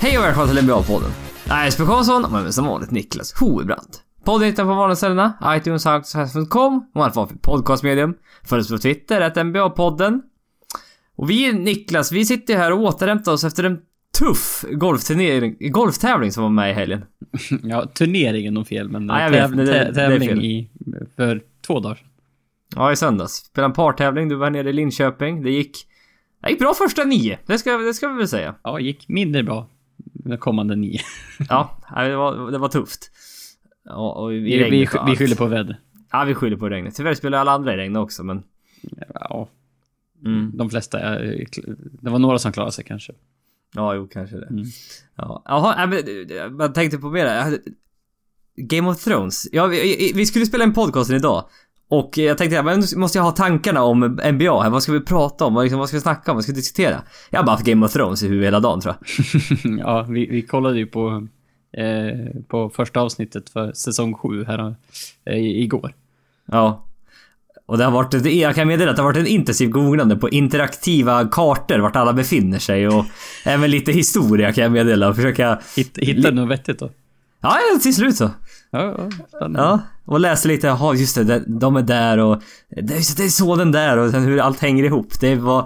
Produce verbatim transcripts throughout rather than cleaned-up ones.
Hej och välkomna till N B A-podden. Jag är Jesper Karlsson och med mig som vanligt Niklas Hovebrant. Podden hittar på vanliga ställena, iTunes, Soundcloud punkt com och allt vad för podcastmedium. Följ oss på Twitter, att N B A-podden. Och vi, Niklas, vi sitter här och återhämtar oss efter en tuff golfturnering, golftävling som var med i helgen. Ja, turneringen om fel, men ja, jag täv- vet, det, det, tävling det i, för två dagar. Ja, i söndags. Spelade en partävling, du var nere i Linköping. Det gick, det gick bra första nio, det ska, det ska vi väl säga. Ja, gick mindre bra med kommande nio. Ja, det var, det var tufft. Och, och vi, vi, vi, vi skyller på väder. Ja, vi skyller på regnet. Tyvärr spelar alla andra i regnet också, men... Ja, mm. de flesta... Det var några som klarade sig kanske. Ja, jo, kanske det. Mm. Ja, jaha, men jag tänkte på mer. Game of Thrones. Ja, vi, vi skulle spela en podcast idag. Och jag tänkte, men måste jag ha tankarna om N B A här? Vad ska vi prata om? Vad, liksom, vad ska vi snacka om? Vad ska vi diskutera? Jag har bara haft Game of Thrones i huvudet hela dagen, tror jag. Ja, vi, vi kollade ju på eh, på första avsnittet för säsong sju här eh, igår. Ja. Och det har varit, jag kan meddela att det har varit en intensiv googlande på interaktiva kartor vart alla befinner sig och även lite historia kan jag meddela och försöka Hitta, hitta li- något vettigt då. Ja, till slut så. Ja, ja, ja, och läste lite, jaha just det, de är där och det är, det är så den där och sen hur allt hänger ihop. Det var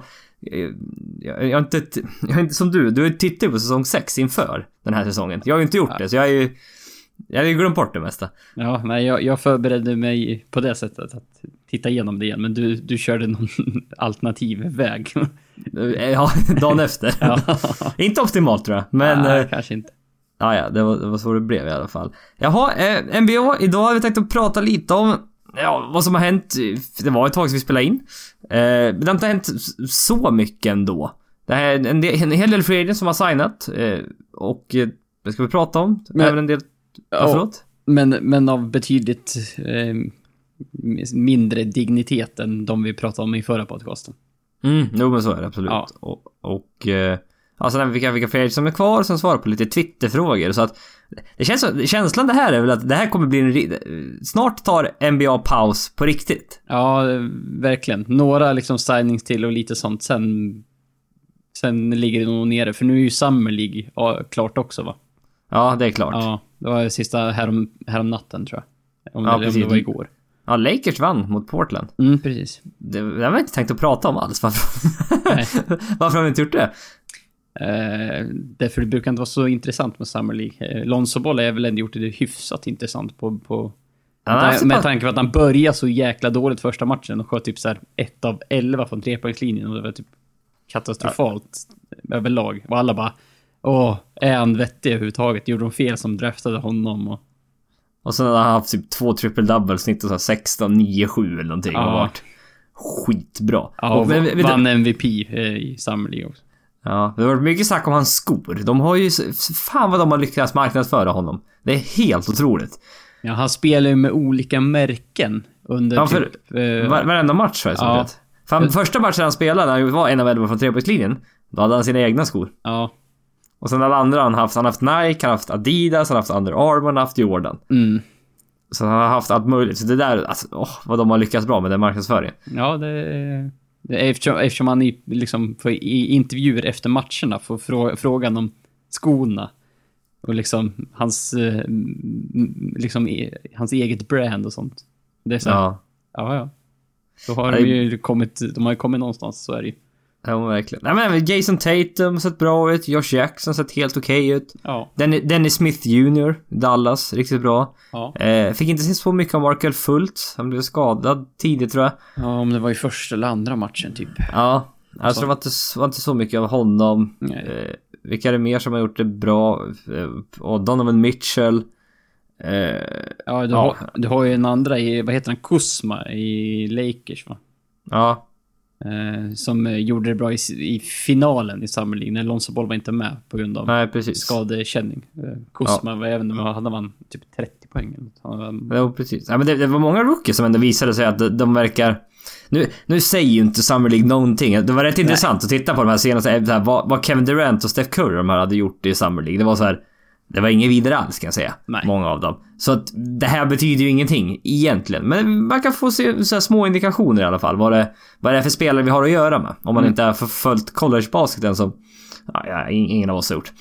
jag, jag, har inte, jag har inte som du, du tittar på säsong sex inför den här säsongen. Jag har ju inte gjort ja. det, så jag är ju jag har ju glömt bort det mesta. Ja, nej, jag, jag förberedde mig på det sättet att titta igenom det igen, men du, du körde någon alternativ väg. Ja, dagen efter. Ja. Inte optimalt tror jag, men ja, kanske inte. Ja, ja, det var, det var så det blev i alla fall. Jaha, eh, N B A, idag har vi tänkt att prata lite om ja, vad som har hänt. Det var ett tag som vi spelade in. Eh, det har inte hänt så mycket ändå. Det här är en, del, en hel del free agents som har signat. Eh, och eh, det ska vi prata om. Men, även en del... Ja, förlåt? Men, men av betydligt eh, mindre dignitet än de vi pratade om i förra podcasten. Mm, jo men så är det absolut. Ja. Och... och eh, alltså vilka, vilka free agents som är kvar, som svarar på lite Twitterfrågor. Så att det känns så, känslan det här är väl att det här kommer bli en, snart tar N B A paus på riktigt. Ja, verkligen. Några liksom signings till och lite sånt. Sen, sen ligger det nog nere. För nu är ju Summer League ja, klart också, va? Ja, det är klart. Ja, det var det sista härom, härom natten, tror jag. Om, ja, eller, om det var igår. Ja, Lakers vann mot Portland. Mm, precis. Det, det har jag inte tänkt att prata om alls. Varför, Varför har vi inte gjort det? Uh, därför det brukar inte vara så intressant med Summer League. uh, Lonzo Ball är väl ändå gjort det hyfsat intressant på, på ja, med, med tanke på att han börjar så jäkla dåligt första matchen och sköt typ så här ett av elva från trepoängslinjen och det var typ katastrofalt ja. överlag och alla bara åh, är han vettig överhuvudtaget? Gjorde de fel som draftade honom och, och sen har han haft typ två triple double snitt och så sexton, nio, sju eller någonting ja. och varit skitbra ja, och, och men, vann M V P eh, i Summer League också. Ja, det har varit mycket snack om hans skor. De har ju... Fan vad de har lyckats marknadsföra honom. Det är helt otroligt. Ja, han spelar ju med olika märken under ja, för typ... Eh, var, varenda match har jag ja. sagt. Fan, första matchen han spelade, han var en av elva från trepoängslinjen. Då hade han sina egna skor. Ja. Och sen alla andra han haft. Han har haft Nike, han har haft Adidas, han har haft Under Armour, han har haft Jordan. Mm. Så han har haft allt möjligt. Så det där... Alltså, åh, vad de har lyckats bra med den marknadsföringen. Ja, det... Eftersom, eftersom han i, liksom, för, i intervjuer efter matcherna får frå, frågan om skorna och liksom hans eh, liksom e, hans eget brand och sånt. Det är så här, ja. ja, ja. Då har de ju kommit, de har ju kommit någonstans, så är det ju. Ja, verkligen. Nej, men Jason Tatum har sett bra ut. Josh Jackson har sett helt okej ut. Ja. Dennis, Dennis Smith junior Dallas, riktigt bra. Ja. Eh, fick inte se så mycket av Markel Fultz. Han blev skadad tidigt, tror jag. Ja, om det var i första eller andra matchen, typ. Ja, alltså det var inte, var inte så mycket av honom. Eh, vilka är det mer som har gjort det bra? Eh, och Donovan Mitchell. Eh, ja, du, ja. Har, du har ju en andra i, vad heter han? Kuzma i Lakers, va? Ja. Eh, som eh, gjorde det bra i, i finalen i Summer League när Lonzo Ball var inte med på grund av Nej, precis. skadekänning. Eh, Kuzma ja. var även om han vann typ trettio poäng. Han vann... Ja, precis. Ja, men det, det var många rookies som ändå visade sig att de, de verkar... Nu, nu säger ju inte Summer League någonting. Det var rätt Nej. intressant att titta på de här senaste... Så här, vad, vad Kevin Durant och Steph Curry de här hade gjort i Summer League. Det var så här... Det var ingen vidare alls, kan jag säga. Nej. Många av dem. Så att det här betyder ju ingenting egentligen. Men man kan få se så här små indikationer i alla fall. Vad det, vad det är för spelare vi har att göra med. Om man mm. inte har följt college-basketen som ja, ingen av oss har gjort.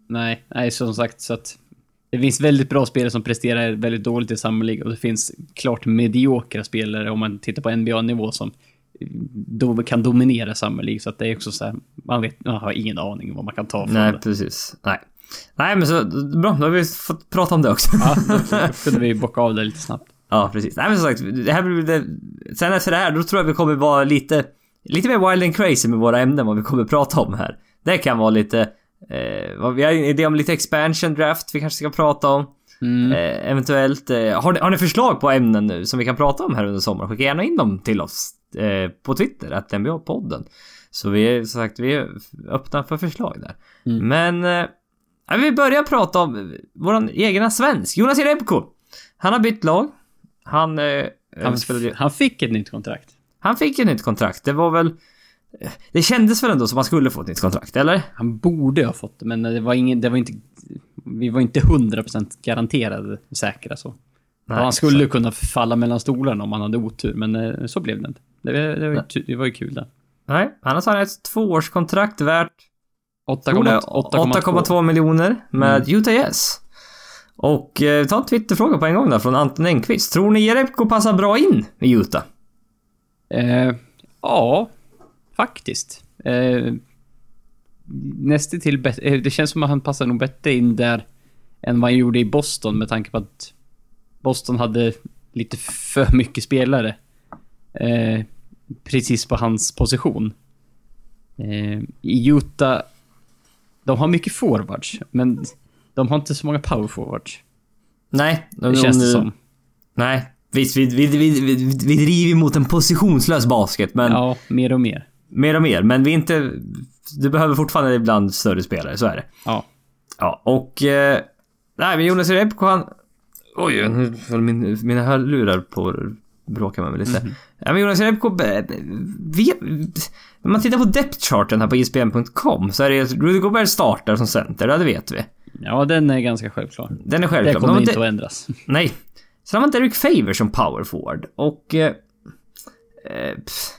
Nej, nej, som sagt, så att det finns väldigt bra spelare som presterar väldigt dåligt i Summer League och det finns klart mediokra spelare om man tittar på N B A-nivå som då kan dominera Summer League, så att det är också så här, man vet, man har ingen aning om vad man kan ta från Nej, det. precis. Nej. Nej, men så bra, då har vi fått prata om det också. Ja, då kunde vi bocka av det lite snabbt. Ja, precis. Nej, men som sagt, det här blir det, sen efter det här, då tror jag vi kommer vara lite lite mer wild and crazy med våra ämnen, vad vi kommer prata om här. Det kan vara lite eh, vi har en idé om lite expansion draft vi kanske ska prata om. Mm. Eh, eventuellt eh, har, ni, har ni förslag på ämnen nu som vi kan prata om här under sommaren? Skicka gärna in dem till oss eh, på Twitter at N B A-podden. Så vi är, som sagt, vi är öppna för förslag där. Mm. Men eh, vi börjar prata om våran egna svensk Jonas Jerebko. Han har bytt lag. Han eh, han, spelade... han fick ett nytt kontrakt. Han fick ett nytt kontrakt. Det var väl det kändes väl ändå som man skulle få ett nytt kontrakt, eller? Han borde ha fått det, men det var ingen det var inte vi var inte hundra procent garanterade säkra så. Nej, han skulle så. kunna falla mellan stolarna om han hade otur, men så blev det inte. Det, det, var, ju, det var ju kul där. Nej, han har signat ett tvåårskontrakt värt åtta komma två miljoner med mm. Utah Jazz. Och eh, ta en Twitterfråga på en gång där från Anton Engqvist. Tror ni Jerebko passar bra in i Utah? Eh, ja, faktiskt. Eh, nästan till bet- eh, det känns som att han passar nog bättre in där än vad han gjorde i Boston, med tanke på att Boston hade lite för mycket spelare eh, precis på hans position. Eh, I Utah de har mycket forwards, men de har inte så många power forwards. Nej, de, det känns det som. Nej, visst, vi, vi, vi, vi, vi driver mot en positionslös basket, men ja, mer och mer. Mer och mer, men vi inte du behöver fortfarande ibland större spelare, så är det. Ja. Ja, och eh, nej, men Jonas Jerebko, han oj, nu föll min, mina hörlurar på bråkar med mig lite. Mm-hmm. Ja, men Jonas Jerebko, vi, när man tittar på depth charten här på E S P N punkt com så är det Rudy Gobert startar som center, det vet vi. Ja, den är ganska självklar. Den är självklar. Det kommer de inte de, att ändras. Nej. Så har man Derek Favors som power forward. Och eh, eh,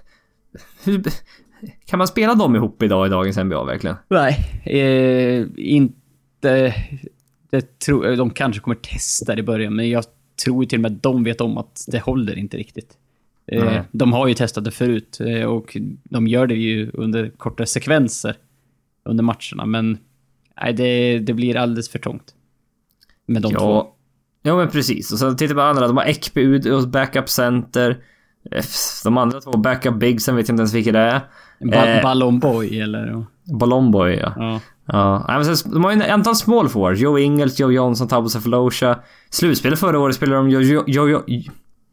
hur, kan man spela dem ihop idag i dagens N B A verkligen? Nej, eh, inte. Det tror, de kanske kommer testa i början, men jag tror till och med att de vet om att det håller inte riktigt. Eh, de har ju testat det förut eh, och de gör det ju under korta sekvenser under matcherna, men nej, det, det blir alldeles för trångt med de ja. två. Ja, men precis. Och så tittar på andra, de har Ekpe ut och backup center. De andra två backup big, sen vet jag inte ens vilka det är. Ba- eh, Ballon Boy eller Ballon Boy, ja. Ja. Ja, nej, men sen, de har ju en antal small forwards. Joe Ingles, Joe Johnson, Thabo Sefolosha. Slutspelet förra året spelade de Joe jo, jo, jo,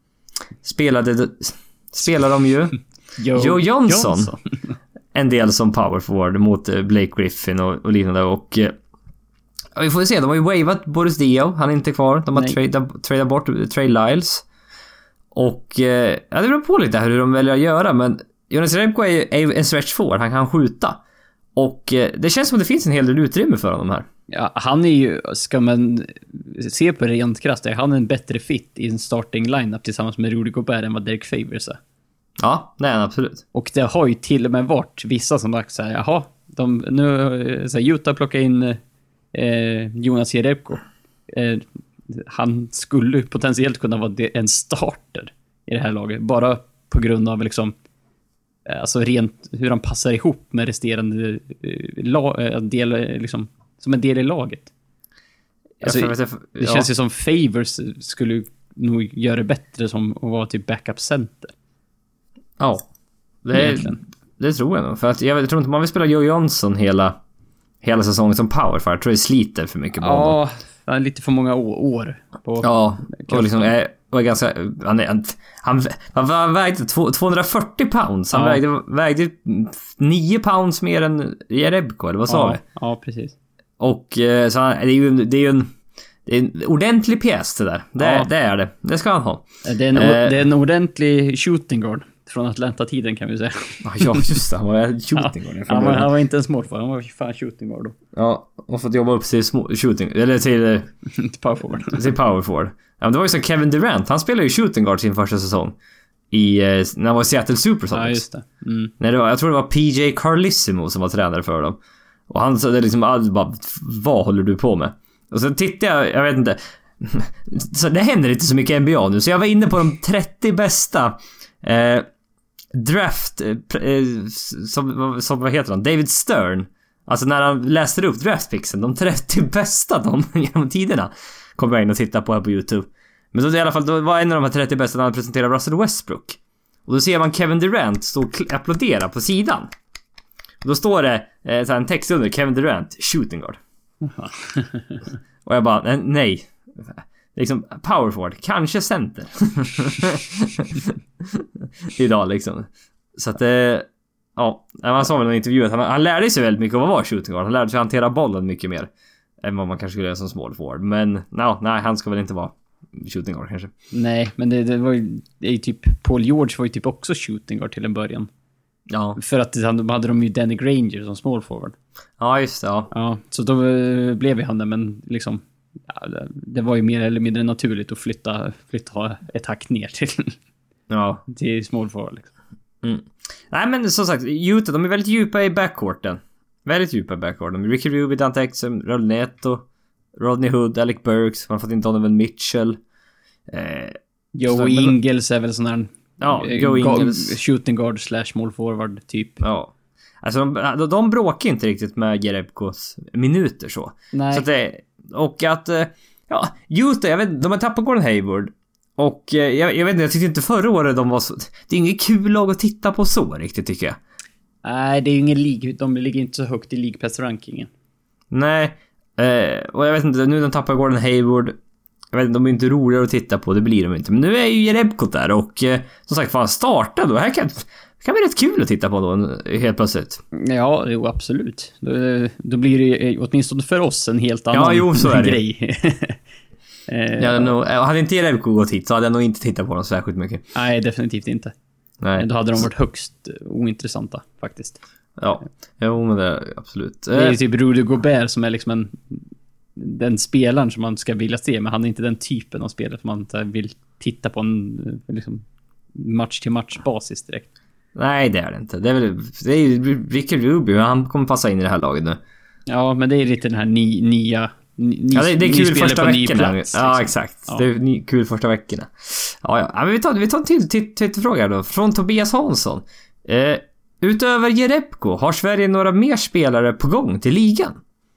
spelade spelade de ju Joe, Joe Johnson. Johnson. En del som power forward mot Blake Griffin och, och liknande, och vi får se, de har ju wavat Boris Dio, han är inte kvar. De har tradat trada bort Trey Lyles. Och ja, det beror på lite hur de väljer att göra, men Jonas Jerebko är ju, är ju en stretch forward, han kan skjuta. Och det känns som att det finns en hel del utrymme för honom här. Ja, han är ju, ska man se på rent krasst, är han en bättre fit i en starting lineup tillsammans med Rudy Gobert än vad Derek Favors är. Ja, det är han absolut. Och det har ju till och med varit vissa som bara säger, jaha, de, nu så här, Utah plockar in eh, Jonas Jerebko. Eh, han skulle potentiellt kunna vara en starter i det här laget, bara på grund av liksom alltså rent hur han passar ihop med resterande la, del, liksom, som en del i laget. Alltså, jag, jag, det ja. känns ju som Favors skulle nog göra det bättre som att vara typ backup center. Ja, det, är, det tror jag nog. För att jag, jag tror inte man vill spela Joe Johnson hela, hela säsongen som power, för jag tror det sliter för mycket på honom. Ja, lite för många år. På ja, och liksom är, och är ganska... Han, är, han, han, han vägde tvåhundrafyrtio pounds. Han ja. vägde, vägde nio pounds mer än Jerebko, eller vad sa ja, vi? Ja, precis. Och så han, det är ju, det är ju en... Det är en ordentlig pjäs det där. Det, ja. det är det. Det ska han ha. Det är en, eh, det är en ordentlig shooting guard från Atlanta-tiden, kan vi säga. Ja, just det. Han var shooting guard. Ja, han, var, han var inte en småfar. Han var fan shooting guard då. Ja, och fått jobba upp till små, shooting... Eller till... till power forward. Till power forward. Ja, men det var ju så Kevin Durant. Han spelade ju shooting guard sin första säsong. I, när han var i Seattle Supersonics. Ja, just det. Mm. Nej, det var, jag tror det var P J Carlissimo som var tränare för dem. Och han sa det liksom, all, bara, vad håller du på med? Och så tittade jag, jag vet inte. Så det händer inte så mycket i N B A nu. Så jag var inne på de trettio bästa eh, draft eh, som, som, vad heter han? David Stern. Alltså när han läste upp draftpixen, de trettio bästa de genom tiderna, kom jag in och tittade på här på YouTube. Men då i alla fall, då var en av de här trettio bästa när han presenterade Russell Westbrook. Och då ser man Kevin Durant stå och applådera på sidan. Och då står det eh, så här en text under, Kevin Durant, shooting guard. Och jag bara, nej. Liksom power forward, kanske center. Idag liksom. Så att eh, ja, man sa väl i en intervju att han, han lärde sig väldigt mycket av att vara shooting guard. Han lärde sig att hantera bollen mycket mer än vad man kanske skulle göra som small forward. Men no, nej, han ska väl inte vara shooting guard kanske. Nej, men det, det var ju, det är ju typ Paul George var ju typ också shooting guard till en början. Ja. För att han hade de ju Danny Granger som small forward. Ja, just det, ja. Ja, så då uh, blev ju han det, men liksom ja, det, det var ju mer eller mindre naturligt att flytta flytta ett hack ner till ja, till small forward liksom. Mm. Nej, men som sagt, Utah, de är väldigt djupa i backcourten. Väldigt djupa i backcourten. Ricky Rubio, Dante Exum, Raul Neto, Rodney Hood, Alec Burks, man har fått in Donovan Mitchell. Eh, Joe så, Ingles är väl sån här ja, Joe Ingles, shooting guard slash small forward typ. Ja. Alltså de, de bråkar inte riktigt med Jerebkos minuter så. Nej. Så att det, och att ja, Utah, jag vet, de har tappat Gordon Hayward. Och jag, jag vet inte, jag tyckte inte förra året de var så, det är inget kul lag att titta på så riktigt tycker jag. Nej, det är ju ingen league, de ligger inte så högt i League Pass-rankingen. Nej, eh, och jag vet inte, nu de tappar Gordon Hayward. Jag vet inte, de är inte roligare att titta på, det blir de inte. Men nu är ju Jerebko där och eh, som sagt, fan starta då. Här kan, det kan bli rätt kul att titta på då, helt plötsligt. Ja, jo, absolut. Då, då blir det åtminstone för oss en helt annan ja, jo, så är det. grej. jag hade, nog, hade inte Jerebko gått hit så hade jag nog inte tittat på dem särskilt mycket. Nej, definitivt inte. Nej. Då hade de varit högst ointressanta, faktiskt. Ja, jo, men det är absolut. Det är ju typ Rudy Gobert som är liksom en, den spelaren som man ska vilja se, men han är inte den typen av spelare som man vill titta på en liksom, match till match basis direkt. Nej, det är det inte. Det är väl, det är ju Ricky Rubio, han kommer passa in i det här laget nu. Ja, men det är lite den här ni, nya ni, ja, det, det är kul första veckorna. Plats, ja, liksom. exakt. Ja. Det är ny, kul första veckorna. Ja, ja. ja men vi tar, vi tar en till Twitterfråga då. Från Tobias Hansson. Eh, utöver Jerebko, har Sverige några mer spelare på gång till ligan?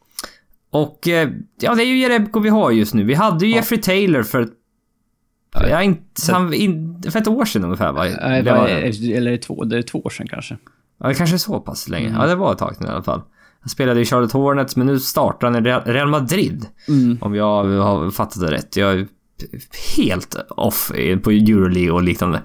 Och eh, ja, det är ju Jerebko vi har just nu. Vi hade ju ja. Jeffrey Taylor för ett, ja, jag inte, han, in, för ett år sedan ungefär, va? Nej, det var, eller två, det är två år sedan kanske. Ja, det kanske är så pass länge. Mm. Ja, det var ett tag sedan i alla fall. Han spelade i Charlotte Hornets, men nu startar han i Real Madrid. Mm. Om jag har fattat det rätt. Jag är helt off på Euroleague och liknande.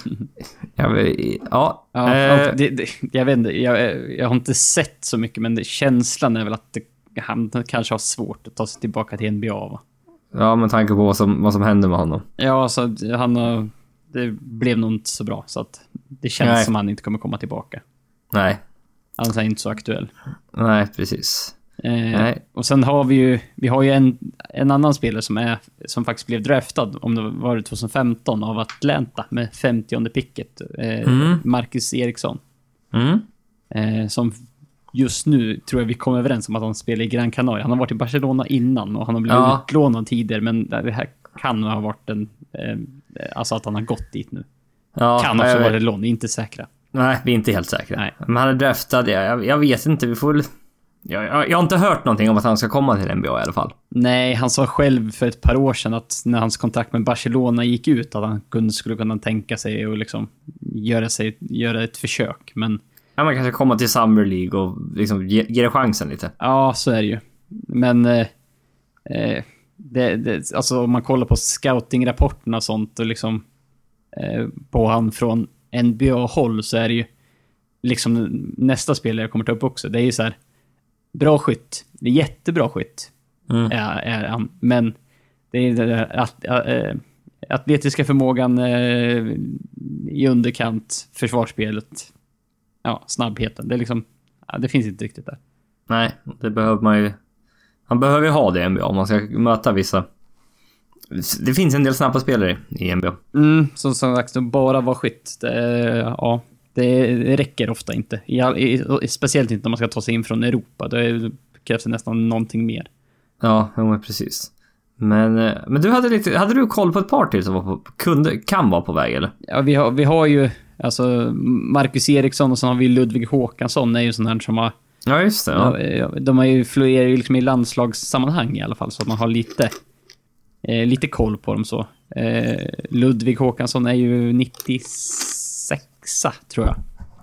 jag, ja, ja eh, det, det, jag vet inte, jag, jag har inte sett så mycket, men det, känslan är väl att det, han kanske har svårt att ta sig tillbaka till N B A, va? Ja, med tanke på vad som, vad som hände med honom. Ja, så han har, det blev nog inte så bra, så att det känns Nej. som han inte kommer komma tillbaka. Nej. Han är inte så aktuell. Nej, precis. Eh, Nej. Och sen har vi ju, vi har ju en, en annan spelare som är, som faktiskt blev draftad, om det var tjugo femton, av Atlanta med femtionde picket. Eh, mm. Marcus Eriksson. Mm. Eh, som just nu tror jag vi kommer överens om att han spelar i Gran Canaria. Han har varit i Barcelona innan och han har blivit ja. utlånad tidigare, men det här kan ha varit en eh, alltså att han har gått dit nu. Ja, kan också vara lån, inte säkra. Nej, vi är inte helt säkra. Nej. Men han är draftad, jag, jag vet inte, vi får jag, jag, jag har inte hört någonting om att han ska komma till N B A i alla fall. Nej, han sa själv för ett par år sedan att när hans kontrakt med Barcelona gick ut att han kunde, skulle kunna tänka sig och liksom göra, sig, göra ett försök, men ja, man kanske kommer till Summer League och liksom ge, ge det chansen lite. Ja, så är det ju. Men eh, det, det, alltså om man kollar på scouting-rapporterna och sånt och liksom eh, på han från N B A-håll, så är det ju liksom nästa spelare jag kommer ta upp också. Det är ju så här, bra skytt. Det är jättebra skytt. Mm. Är, är han. Men det är det där att, äh, atletiska förmågan äh, i underkant, försvarsspelet, ja, snabbheten. Det är liksom, ja, det finns inte riktigt där. Nej, det behöver man ju. Man behöver ju ha det i N B A om man ska möta vissa. Det finns en del snabba spelare i N B A. Mm, som sagt, bara var skytt. Det, ja, Det räcker ofta inte. I all, i, speciellt inte när man ska ta sig in från Europa. Det krävs det nästan någonting mer. Ja, ja precis. Men, men du hade lite, hade du koll på ett par till som var på, kunde, kan vara på väg, eller? Ja, vi har, vi har ju alltså Marcus Eriksson och så har vi Ludvig Håkansson är ju sån här som har... Ja, just det. Ja. Ja, de är ju florerar ju liksom i landslagssammanhang i alla fall, så att man har lite, eh, lite koll på dem så. Eh, Ludvig Håkansson är ju nittiosex, tror jag.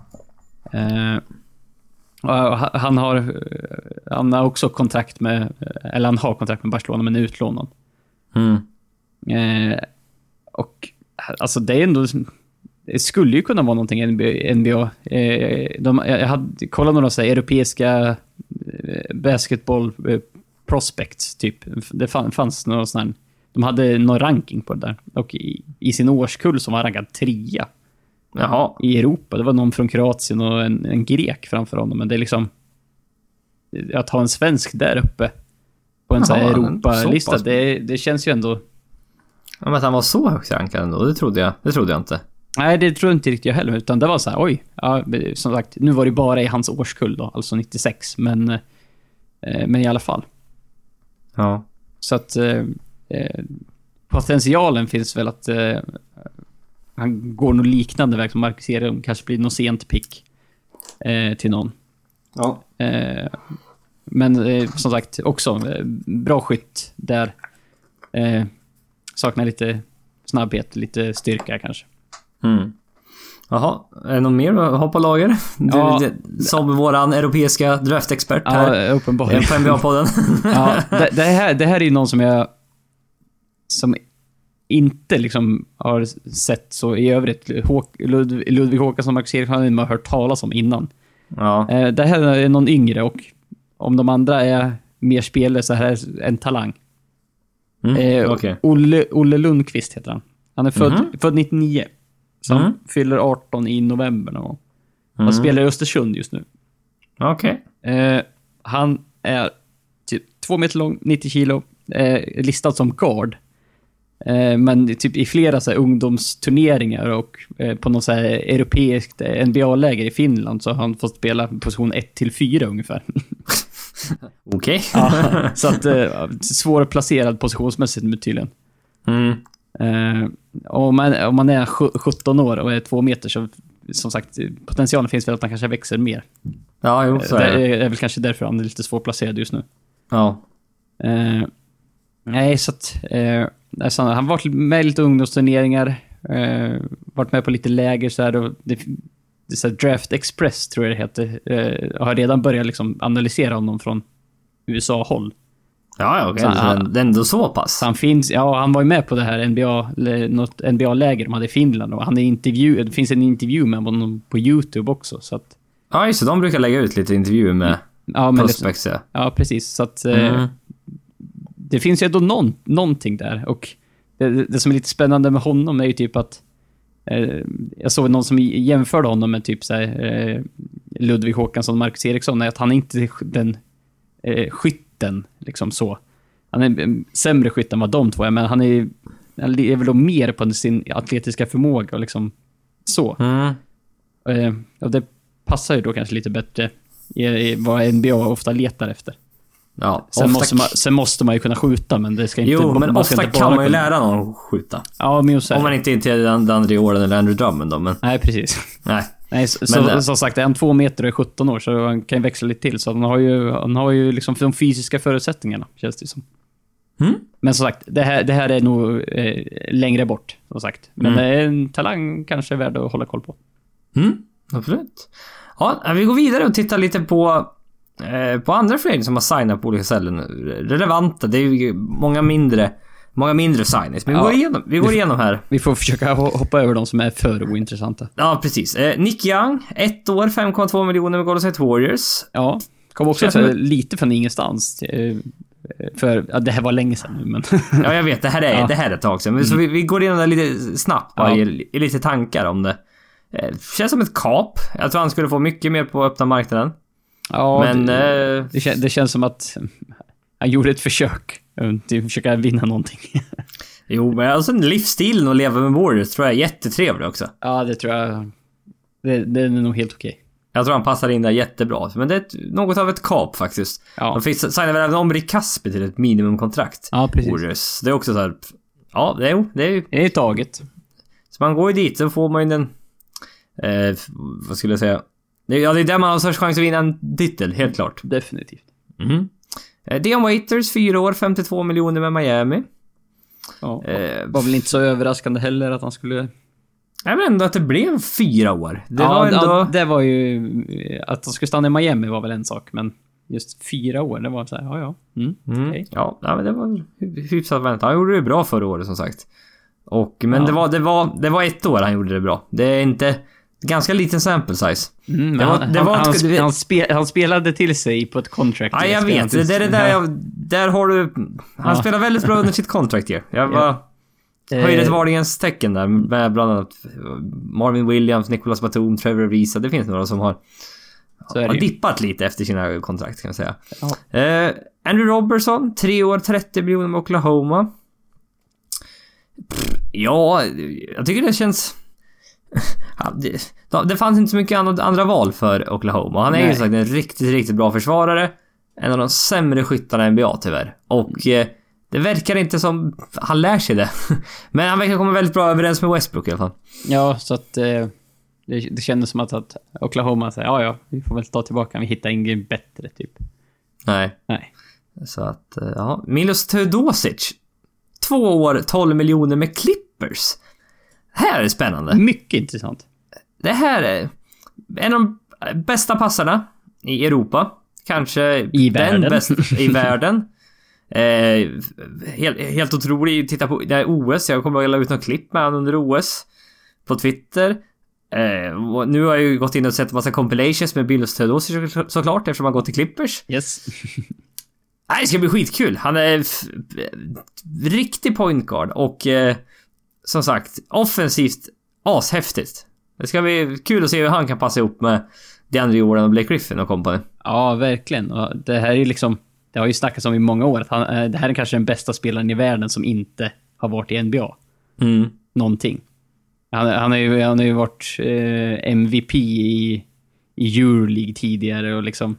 Eh, och han har han har också kontrakt med, eller han har kontrakt med Barcelona, men är utlånad. Mm. Eh, och alltså det är ändå, det skulle ju kunna vara någonting N B A. Eh, de, jag hade kollat några så här europeiska basketball prospects typ. Det fanns någon sån här, de hade någon ranking på det där. Och i, i sin årskull som var rankad trea. Jaha. I Europa. Det var någon från Kroatien och en, en grek framför honom. Men det är liksom att ha en svensk där uppe på en sån här Europa-lista, det, det känns ju ändå... Ja, men att han var så högt rankad ändå, det trodde jag, det trodde jag inte. Nej, det tror inte riktigt jag heller, utan det var så här, oj, ja, som sagt, nu var det bara i hans årskull då, alltså nittiosex, men eh, men i alla fall. Ja. Så att eh, potentialen finns väl att eh, han går nog liknande väg som Marcus Eriksson, kanske blir någon sent pick eh, till någon. Ja. Eh, men eh, som sagt, också eh, bra skytt där. Eh, saknar lite snabbhet, lite styrka kanske. Mm. Jaha, är det något mer att ha på lager? Ja, du, som våran europeiska draftexpert här. Ja, uppenbarligen. På N B A-podden. Ja, det, det, här, det här är ju någon som jag som inte liksom har sett så i övrigt. Håk, Lud, Ludvig Håkansson och Marcus Eriksson har man hört talas om innan. Ja. Eh, det här är någon yngre, och om de andra är mer spelare så här är en talang. Mm, eh, okay. Olle, Olle Lundqvist heter han. Han är född, Mm-hmm. född nittionio. Så han Mm. fyller arton i november någon gång. Mm. Han spelar i Östersund just nu. Okej. Okay. Eh, han är typ två meter lång, nittio kilo. Eh, listad som guard. Eh, men typ i flera så här ungdomsturneringar och eh, på något så här europeiskt N B A-läger i Finland så har han fått spela position ett till fyra ungefär. Okej. Okay. Ja, så att eh, svårplacerad positionsmässigt tydligen. Mm. Eh, om, man, om man är sjutton år och är två meter så som sagt, potentialen finns väl att man kanske växer mer. Ja, jo, så är det. Det är, är väl kanske därför han är lite svårplacerad just nu. Ja. Eh, nej, så att eh, alltså, han har varit med i lite ungdomsturneringar, eh, varit med på lite läger så här, och det, det är så här Draft Express tror jag det heter. Eh, har redan börjat liksom analysera honom från U S A-håll. Ja, ja, okej. Okay. Det är ändå så pass. Han finns, ja, han var ju med på det här N B A, något N B A-läger de hade i Finland, och han är intervju, det finns en intervju med honom på YouTube också, så att ja, just det, de brukar lägga ut lite intervjuer med ja, men prospects. det, ja, precis, så att mm. eh, det finns ju ändå någon, någonting där, och det, det som är lite spännande med honom är ju typ att eh, jag såg någon som jämförde honom med typ så här, eh, Ludvig Håkansson och Marcus Eriksson, är att han inte är den eh, skytten liksom så. Han är en sämre skytt än vad de två är, men han är, han är väl då mer på sin atletiska förmåga och liksom så. Mm. Eh, och det passar ju då kanske lite bättre i, i vad N B A ofta letar efter. Ja, sen, ofta... måste man, sen måste man ju kunna skjuta, men det ska inte... Jo, men man ofta inte kan man ju kunna... lära någon att skjuta. Ja, men just om man inte är till André Jordan eller Andrew Drummond då, men... Nej, precis. Nej. Nej, så, men, så, som sagt, är han två meter och är sjutton år, så han kan växla lite till. Så han har ju, han har ju liksom de fysiska förutsättningarna, känns det som. Mm. Men som sagt, det här, det här är nog eh, längre bort, som sagt. Men mm. det är en talang kanske värd att hålla koll på. Mm, absolut. Ja, vi går vidare och tittar lite på eh, på andra fler som har signat på olika ställen. Relevanta, det är ju många mindre många mindre signings. Men vi, ja, går igenom, vi går igenom här. Vi får försöka hoppa över de som är för ointressanta. Ja, precis. Eh, Nick Young, ett år, fem komma två miljoner med Golden State Warriors. Ja, kom också för, lite från ingenstans. Eh, för ja, det här var länge sedan nu, men ja, jag vet, det här är ja. det här är ett tag sedan. Men mm. så vi, vi går igenom det lite snabbt bara, ja. i, i lite tankar om det. Eh, känns som ett kap. Jag tror han skulle få mycket mer på öppna marknaden. Ja, men det, eh, det, kän, det känns som att han gjorde ett försök att försöka vinna någonting. Jo, men alltså en livsstil att leva med Warriors tror jag är jättetrevlig också. Ja, det tror jag det, det är nog helt okej. Jag tror han passar in där jättebra. Men det är ett, något av ett kap faktiskt. Ja. De fick signa väl även om Rick Caspi till ett minimumkontrakt. Ja, precis. Warriors. Det är också så här. Ja, det är, det är ju... Det är taget. Så man går ju dit, så får man ju den... Eh, vad skulle jag säga? Det, ja, det är där man har störst chans att vinna en titel, helt klart. Definitivt. Mm. Eh, Dion Waiters, fyra år, femtiotvå miljoner med Miami. Ja. Eh, var väl inte så överraskande heller att han skulle... Jag vet ändå att det blev fyra år. Det ja, var ändå... ja, det var ju... Att de skulle stanna i Miami var väl en sak, men just fyra år, det var så här, ja, ja. Mm, Mm. okay. Ja, ja, men det var hyfsat väntat. Han gjorde det bra förra året som sagt. Och, men Ja. det, var, det, var, det var ett år han gjorde det bra. Det är inte... Ganska liten sample size. Mm, men det var, han, det var han, ett, han, han, spe, han spelade till sig på ett contract. Ja, jag vet. Det, det är det där jag... Där har du... Han Ja. spelar väldigt bra under sitt contract year. Jag var... Eh, Höjde ett varningens tecken där med bland annat Marvin Williams, Nicolas Batum, Trevor Ariza. Det finns några som har, Så är det har ju. dippat lite efter sina kontrakt kan jag säga. Ja. Eh, Andrew Robertson, tre år, trettio miljoner med Oklahoma. Pff, ja, jag tycker det känns... Ja, det, det fanns inte så mycket andra, andra val för Oklahoma. Han är Nej. ju sagt en riktigt, riktigt bra försvarare. En av de sämre skyttarna i N B A tyvärr. Och eh, det verkar inte som han lär sig det. Men han verkar komma väldigt bra överens med Westbrook i alla fall. Ja, så att eh, det, det kändes som att, att Oklahoma säger, ja, ja, vi får väl ta tillbaka, vi hittar ingen bättre typ. Nej. Nej. Så att, eh, ja. Milos Teodosic. Två år, tolv miljoner med Clippers. Här är spännande. Mycket intressant. Det här är en av de bästa passarna i Europa. Kanske I den världen. bästa i världen. Eh, helt, helt otrolig. Titta på det här O S. Jag kommer att lägga ut någon klipp med han under O S på Twitter. Eh, och nu har jag ju gått in och sett en massa compilations med Milos Teodosic så, såklart eftersom han gått till Clippers. Yes. Nej, det ska bli skitkul. Han är f- riktig point guard och eh, som sagt, offensivt ashäftigt. Det ska bli kul att se hur han kan passa ihop med DeAndre Jordan och Blake Griffin och company. Ja, verkligen. Och det här är ju liksom, det har ju snackats om i många år att han, eh, det här är kanske den bästa spelaren i världen som inte har varit i N B A. Mm. Någonting. Han, han har ju, han har ju varit eh, M V P i, i EuroLeague tidigare och liksom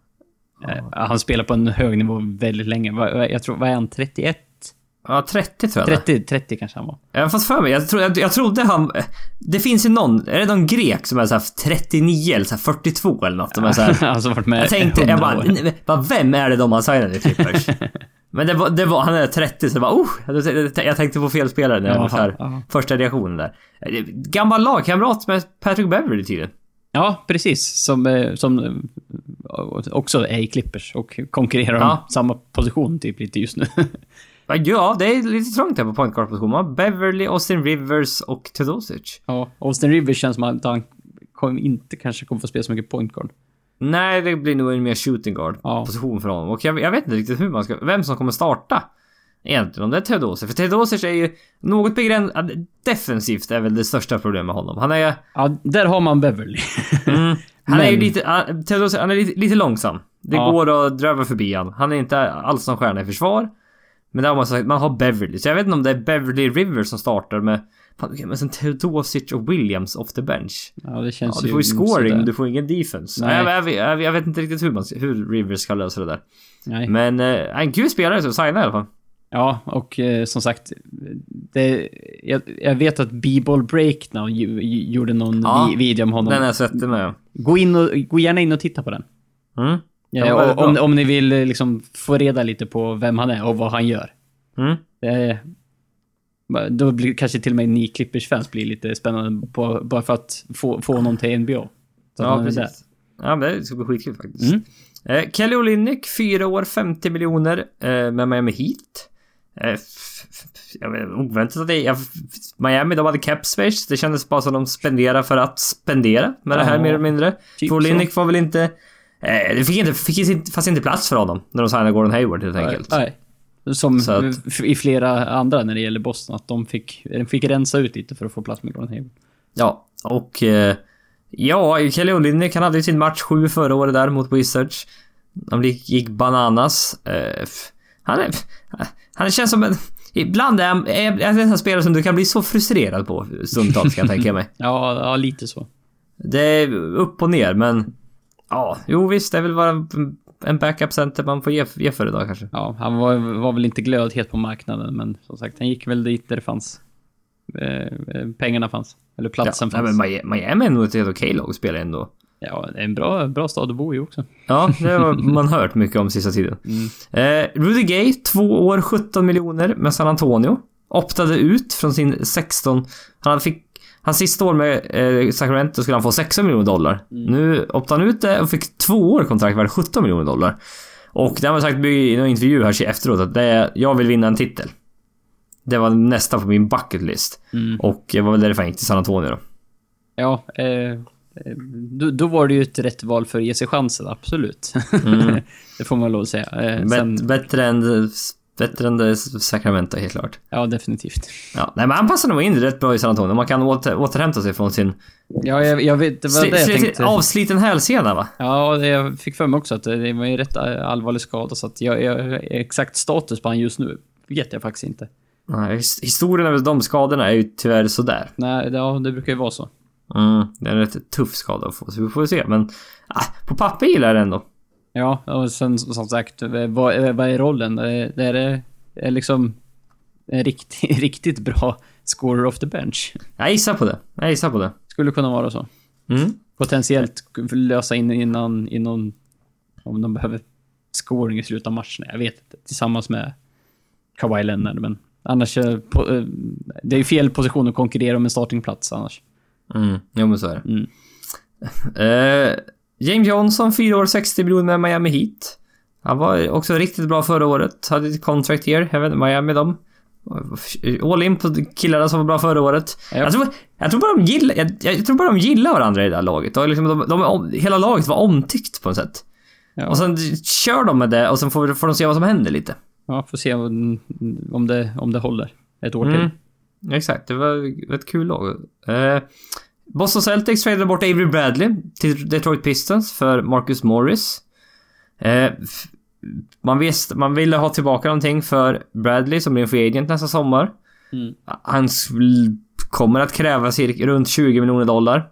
eh, han spelar på en hög nivå väldigt länge. Va- Jag tror, vad är han? trettioett? Ja, trettio tror jag. trettio, trettio kanske han var. Jag har fått för mig. Jag, tro, jag, jag trodde han... Det finns ju någon... Är det någon grek som är så här trettionio eller så här fyrtiotvå eller något? De är så här, Alltså varit med jag tänkte... Jag bara, år. "Nej, bara, vem är det de har signat i Clippers? Men det var, det var... Han är trettio så det var... Oh, jag tänkte på fel spelare när jag var så här, Jaha. första reaktionen där. Gammal lagkamrat med Patrick Beverley tydligen. Ja, precis. Som, eh, som eh, också är i Clippers och konkurrerar Ja. om samma position typ lite just nu. Ja, det är lite trångt här på point guard positionen. Beverley, Austin Rivers och Teodosic. Ja, Austin Rivers känns som att han kommer inte kanske kommer få spela så mycket point guard. Nej, det blir nog en mer shooting guard Ja. position för honom. Och jag, jag vet inte riktigt hur man ska... Vem som kommer starta. Egentligen, om det är Teodosic. För Teodosic är ju något begränsat... Defensivt är väl det största problemet med honom. Han är... Ja, där har man Beverly. Mm, han är ju Men- lite... han- Teodosic, han är lite, lite långsam. Det Ja. går att dröva förbi han. Han är inte alls någon stjärna i försvar. Men där har man sagt, man har Beverley. Så jag vet inte om det är Beverley Rivers som startar med... Fan, okej, men sen Teodosic och Williams off the bench. Ja, det känns Ja, du får ju scoring, sådär. men du får ingen defense. Nej. Nej. Jag, jag, jag, jag vet inte riktigt hur, man, hur Rivers ska lösa det där. Nej. Men eh, en kul spelare så signa i alla fall. Ja, och eh, som sagt, det, jag, jag vet att B-Ball Breakdown ju, ju, gjorde någon Ja, vi, video om honom. Den har jag sett det med. Gå, in och, gå gärna in och titta på den. Mm. Ja, Ja, och, om, om ni vill eh, liksom få reda lite på vem han är och vad han gör. Mm. Eh, då blir kanske till och med ni Clippers-fans blir lite spännande på, bara för att få, få någon till N B A. Så att Ja, man är där. precis. Ja, men det ska bli skitkul faktiskt. Mm. Eh, Kelly Olynyk, fyra år, femtio miljoner eh, med Miami Heat. Eh, f- f- jag vet, oväntat att det jag, Miami, de hade cap space. Det kändes bara som de spenderar för att spendera med det här Ja, mer eller mindre. typ För Olynyk var väl inte... Eh, det fick inte, fick inte, fast inte plats för honom när de signade Gordon Hayward helt enkelt. Nej. Som Så att- f- i flera andra när det gäller Boston, att de fick, de fick rensa ut lite för att få plats med Gordon Hayward. Ja, och eh, ja, Kelly Olynyk, han hade ju sin match sju förra året där mot Wizards. De gick, gick bananas. Eh, f- han är han känns som en ibland är han är, är en sån spelare som du kan bli så frustrerad på stundtals kan jag tänka mig. Ja, ja, lite så. Det är upp och ner, men ja, jo visst, det är väl bara en backup center man får ge, ge för idag kanske. Ja, han var, var väl inte glödhet på marknaden, men som sagt, han gick väl dit där det fanns. Eh, pengarna fanns. Eller platsen ja, fanns. Nej, men Miami är nog ett helt okej lag att spela ändå. Ja, det är en bra, bra stad att bo i också. Ja, det har man hört mycket om sista tiden. Mm. Eh, Rudy Gay, två år, sjutton miljoner med San Antonio. Optade ut från sin sexton. Han fick hans sista år med eh, Sacramento skulle han få sexton miljoner dollar. Mm. Nu optade han ut det och fick två år kontrakt värd sjutton miljoner dollar. Och det har man sagt i en intervju här efteråt att det är, jag vill vinna en titel. Det var nästa på min bucket list. Mm. Och det var väl därför jag gick till San Antonio då. Ja, eh, då, då var det ju ett rätt val för att ge sig chansen, absolut. Mm. Det får man lov att säga. Eh, Bet, sen... Bättre än bättre än det Sacramento, helt klart. Ja, definitivt. Ja, nej, men han passar nog in rätt bra i San Antonio. Man kan åter, återhämta sig från sin... Ja, jag, jag vet, det var Sli, det jag tänkte. Avsliten hälsena, va? Ja, jag fick för mig också att det var ju rätt allvarlig skada, så att jag, jag exakt status på han just nu vet jag faktiskt inte. Nej, historien över de skadorna är ju tyvärr sådär. Nej, ja, det brukar ju vara så. Mm, det är en rätt tuff skada att få, så vi får se. Men ah, på papper gillar det ändå. Ja, och sen som sagt, vad, vad är rollen? Det är, det är liksom en riktigt, riktigt bra scorer off the bench. Jag gissar på det. Jag gissar på det. Skulle kunna vara så. Mm. Potentiellt lösa in innan, innan om de behöver scoring i slutet av matchen. Jag vet inte. Tillsammans med Kawhi Leonard, men annars det är ju fel position att konkurrera om en startingplats annars. Mm, jo men så är det. Mm. Uh, James Johnson, fyra år, sextio miljoner med Miami Heat. Han var också riktigt bra förra året. Hade ett contract year, jag vet inte, Miami dem. All in på killarna som var bra förra året. Ja. Jag, tror, jag, tror bara de gillar, jag, jag tror bara de gillar varandra i det här laget. Och liksom de, de, de, hela laget var omtyckt på något sätt. Ja. Och sen kör de med det och sen får, får de se vad som händer lite. Ja, får se om, om, det, om det håller ett år till. Mm. Exakt, det var ett kul lag. Eh, Boston Celtics tradade bort Avery Bradley till Detroit Pistons för Marcus Morris. Eh, man, visst, man ville ha tillbaka någonting för Bradley som blir en free agent nästa sommar. Mm. Han kommer att kräva cirka runt tjugo miljoner dollar.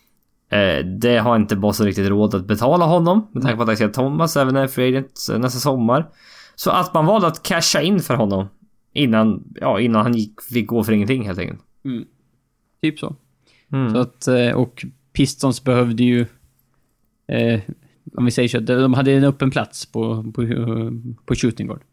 Eh, det har inte Boston riktigt råd att betala honom med tanke på att Isaiah Thomas även är free agent nästa sommar. Så att man valde att casha in för honom innan, ja, innan han gick, fick gå för ingenting helt enkelt. Mm. Typ så. Mm. Så att, och Pistons behövde ju eh, om vi säger så, de hade en öppen plats på, på, på shooting guard.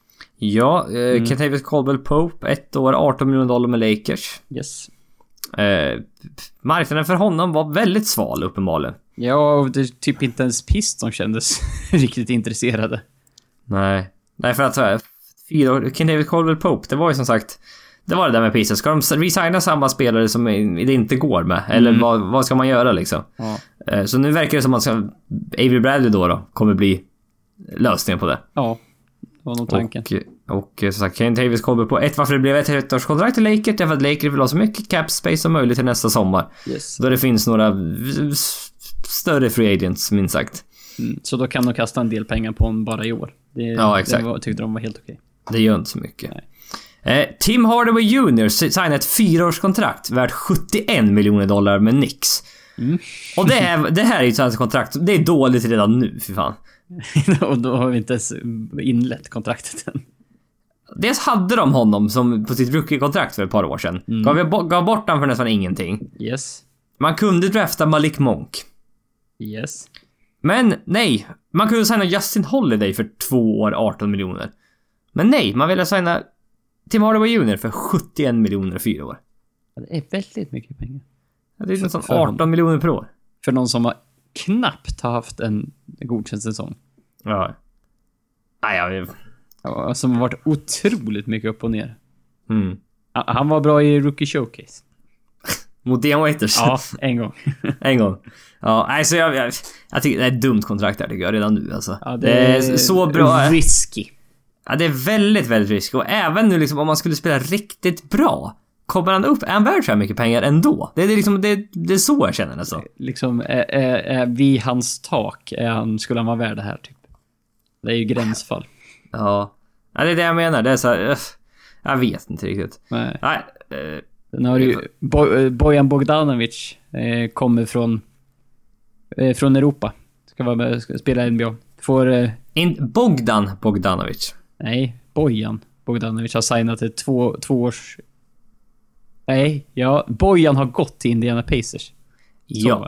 Ja, eh, mm. Kentavious Caldwell-Pope, ett år, arton miljoner dollar med Lakers. Yes. Eh, marknaden för honom var väldigt sval uppenbarligen. Ja, och det typ inte ens Pistons kändes riktigt intresserade. Nej, nej för att så här, fyra år, Kentavious Caldwell-Pope, det var ju som sagt, det var det där med Pistons. Ska de resigna samma spelare som det inte går med? Eller mm. vad, vad ska man göra liksom? Ja. Eh, så nu verkar det som att Avery Bradley då, då kommer bli lösningen på det. Ja, det var nog tanken. Och, och som sagt, Kentavious Caldwell på ett, varför det blev ett ettårskontrakt till Lakers, därför att Lakers vill ha så mycket cap space som möjligt till nästa sommar. Yes. Då det finns några större free agents, minst sagt. Mm, så då kan de kasta en del pengar på en bara i år. Det, ja, exakt. Det var, tyckte de var helt okej. Det gör inte så mycket. Eh, Tim Hardaway junior signade ett fyraårskontrakt värt sjuttioen miljoner dollar med Knicks. Mm. Och det, är, det här är ju ett sånt kontrakt. Det är dåligt redan nu, för fan. Och då har vi inte ens inlett kontraktet än. Dels hade de honom som på sitt rookie-kontrakt för ett par år sedan. Mm. Gav, gav bort han för nästan ingenting. Yes. Man kunde drafta Malik Monk. Yes. Men nej, man kunde signa Justin Holiday för två år, arton miljoner. Men nej, man ville signa Tim Hardaway junior för sjuttioen miljoner fyra år. Det är väldigt mycket pengar. Ja, det är nästan arton miljoner per år. För någon som har knappt har haft en godkänd säsong. Ja. Nej, jag vet. Ja, som har varit otroligt mycket upp och ner. Mm. Han var bra i Rookie Showcase. Mot Dion Waiters? Ja, en gång. en gång. Ja, alltså jag, jag, jag tycker det är ett dumt kontrakt där, tycker jag, redan nu alltså. Ja, det, det är så bra. Risky. Ja, det är väldigt, väldigt risky. Och även nu liksom, om man skulle spela riktigt bra, kommer han upp, är han värd så här mycket pengar ändå? Det är, liksom, det, det är så jag känner alltså. Liksom, är, är, är vid hans tak är han, skulle han vara värd det här typ? Det är ju gränsfall. Ja, ja det är det jag menar. Det är så här, uh, jag vet inte riktigt. Nej. Nej. Uh, Sen har ju Bo- Bojan Bogdanovic eh, kommer från Eh, från Europa. Ska vara med, ska spela N B A. Får... Eh, In Bogdan Bogdanovic. Nej, Bojan Bogdanovic har signat till två, två års... Nej, ja. Bojan har gått till Indiana Pacers. Så. Ja.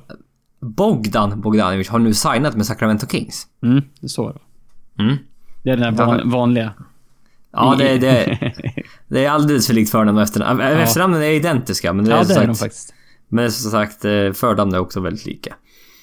Bogdan Bogdanovic har nu signat med Sacramento Kings. Mm, det är så då. Mm. Det är den här van, vanliga. Ja, det, det, det är alldeles för likt förnamn och efternamn. Ja. Efternamnen är identiska, men det är, ja, det är sagt, de faktiskt. Men som sagt, förnamnen är också väldigt lika.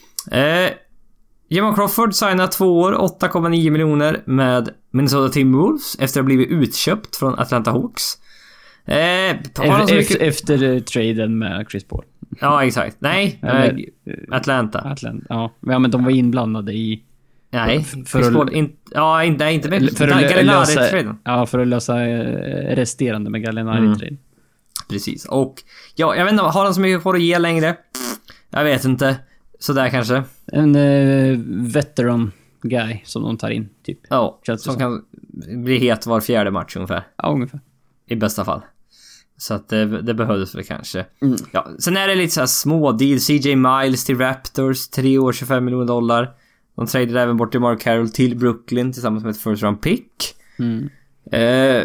Eh, Jamal Crawford signar två år, åtta komma nio miljoner med Minnesota Timberwolves efter att ha blivit utköpt från Atlanta Hawks. Eh, efter, mycket... efter traden med Chris Paul. Ja, exakt. Nej, Eller, eh, Atlanta. Atlanta. Ja. ja, men de var inblandade i... Nej, för, för att, in, ja, inte, inte med, för att lösa, ja, för att lösa resterande med Gallinari-traden. Mm. Precis. Och ja, jag vet inte, har han så mycket kvar att ge längre? Jag vet inte. Sådär kanske. En uh, veteran guy som de tar in, typ. Ja, Känns som, som kan bli het var fjärde match ungefär. Ja, ungefär. I bästa fall. Så att det, det behövdes väl kanske. Mm. Ja, sen är det lite så här små deal. C J Miles till Raptors, tre år, tjugofem miljoner dollar. De tradade även bort DeMar Carroll till Brooklyn tillsammans med ett first round pick. Mm. Eh,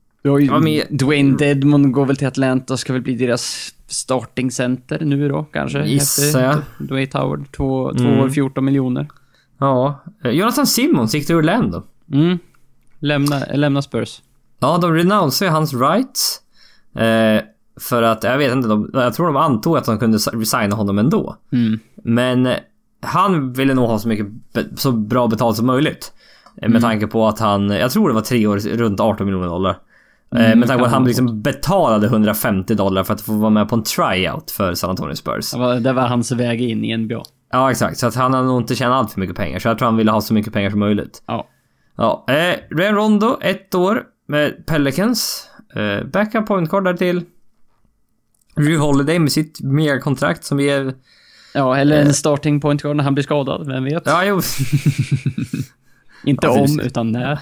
med... Dwayne Dedmon går väl till Atlanta, ska väl bli deras starting center nu då, kanske. Gissar jag. Dwayne Howard, två, mm. två år, fjorton miljoner. Ja. Jonathan Simmons gick till Orlando. Mm. Lämna, lämna Spurs. Ja, de renounceade hans rights. Eh, för att, jag vet inte, de, jag tror de antog att de kunde resigna honom ändå. Mm. Men han ville nog ha så mycket så bra betalt som möjligt. Mm. Med tanke på att han, jag tror det var tre år, runt arton miljoner dollar. Mm, eh, med tanke på att han liksom betalade hundrafemtio dollar för att få vara med på en tryout för San Antonio Spurs. Det var, det var hans väg in i N B A. Ja, exakt. Så att han har nog inte tjänat allt för mycket pengar. Så jag tror han ville ha så mycket pengar som möjligt. Ja. Ja. Eh, Rajon Rondo, ett år med Pelicans. Eh, backup point guard där till Drew Holiday med sitt megakontrakt som är... Ja, eller en starting point guard när han blir skadad, vem vet? Ja, jo. Inte ja, om, utan när.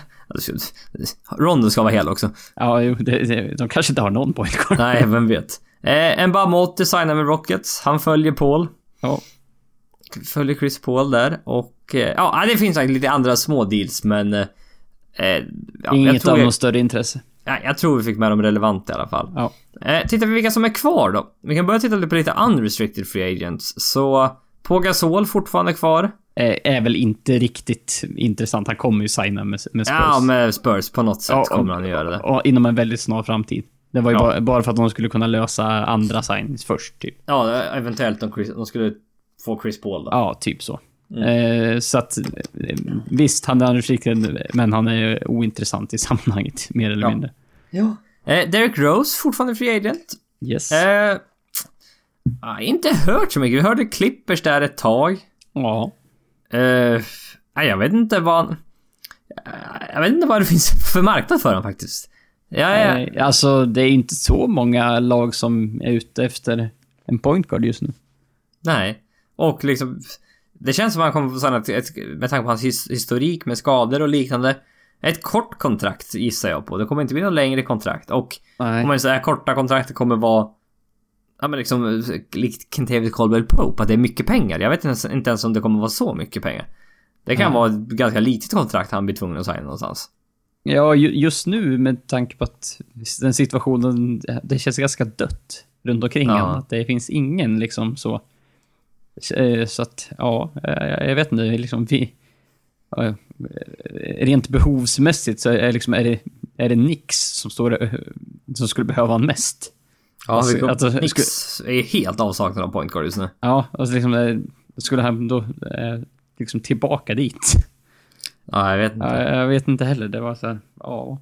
Rondo ska vara hel också. Ja, jo, det, det, de kanske inte har någon point guard. Nej, vem vet. Eh, en Bamot designar med Rockets. Han följer Paul. Ja. Följer Chris Paul där. Och eh, ja, det finns säkert lite andra små deals, men... Eh, ja, inget av jag, något större intresse. Ja, jag tror vi fick med dem relevant i alla fall. Ja. Eh, tittar vi vilka som är kvar då. Vi kan börja titta på lite unrestricted free agents. Så Pau Gasol fortfarande kvar. Eh, är väl inte riktigt intressant. Han kommer ju signa med, med Spurs. Ja, med Spurs på något sätt ja, kommer han att göra det. Och inom en väldigt snar framtid. Det var ju ja. bara, bara för att de skulle kunna lösa andra signings först, typ. Ja, eventuellt om Chris, de skulle få Chris Paul då. Ja, typ så. Mm. Eh, så att visst, han är unrestricted, men han är ointressant i sammanhanget, mer eller ja. mindre. Ja. Eh, Derrick Rose, fortfarande free agent. Yes. Eh, ah, inte hört så mycket. Vi hörde Clippers där ett tag. Ja. Eh, jag vet inte vad... Jag vet inte vad det finns för marknad för honom faktiskt. Ja, ja. Eh, alltså, det är inte så många lag som är ute efter en point guard just nu. Nej. Och liksom... Det känns som att han kommer få sådana, med tanke på hans his- historik med skador och liknande. Ett kort kontrakt gissar jag på. Det kommer inte bli någon längre kontrakt. Och Nej. om man säger korta kontraktet kommer vara... Ja, men liksom likt Kentavious Caldwell-Pope, att det är mycket pengar. Jag vet inte, inte ens om det kommer vara så mycket pengar. Det kan mm. vara ett ganska litet kontrakt han blir tvungen att signa någonstans. Ja, just nu med tanke på att den situationen, det känns ganska dött runt omkring ja. han. Att det finns ingen liksom så... Så att, ja, jag vet inte, liksom vi... Rent behovsmässigt så är, liksom, är, det, är det Knicks som, står, som skulle behöva han mest. Ja, alltså, vi alltså, Knicks skulle, är helt avsaknad av point guard just nu. Ja, alltså liksom, skulle han då liksom tillbaka dit? Ja, jag vet inte. Ja, jag vet inte heller, det var så här, ja.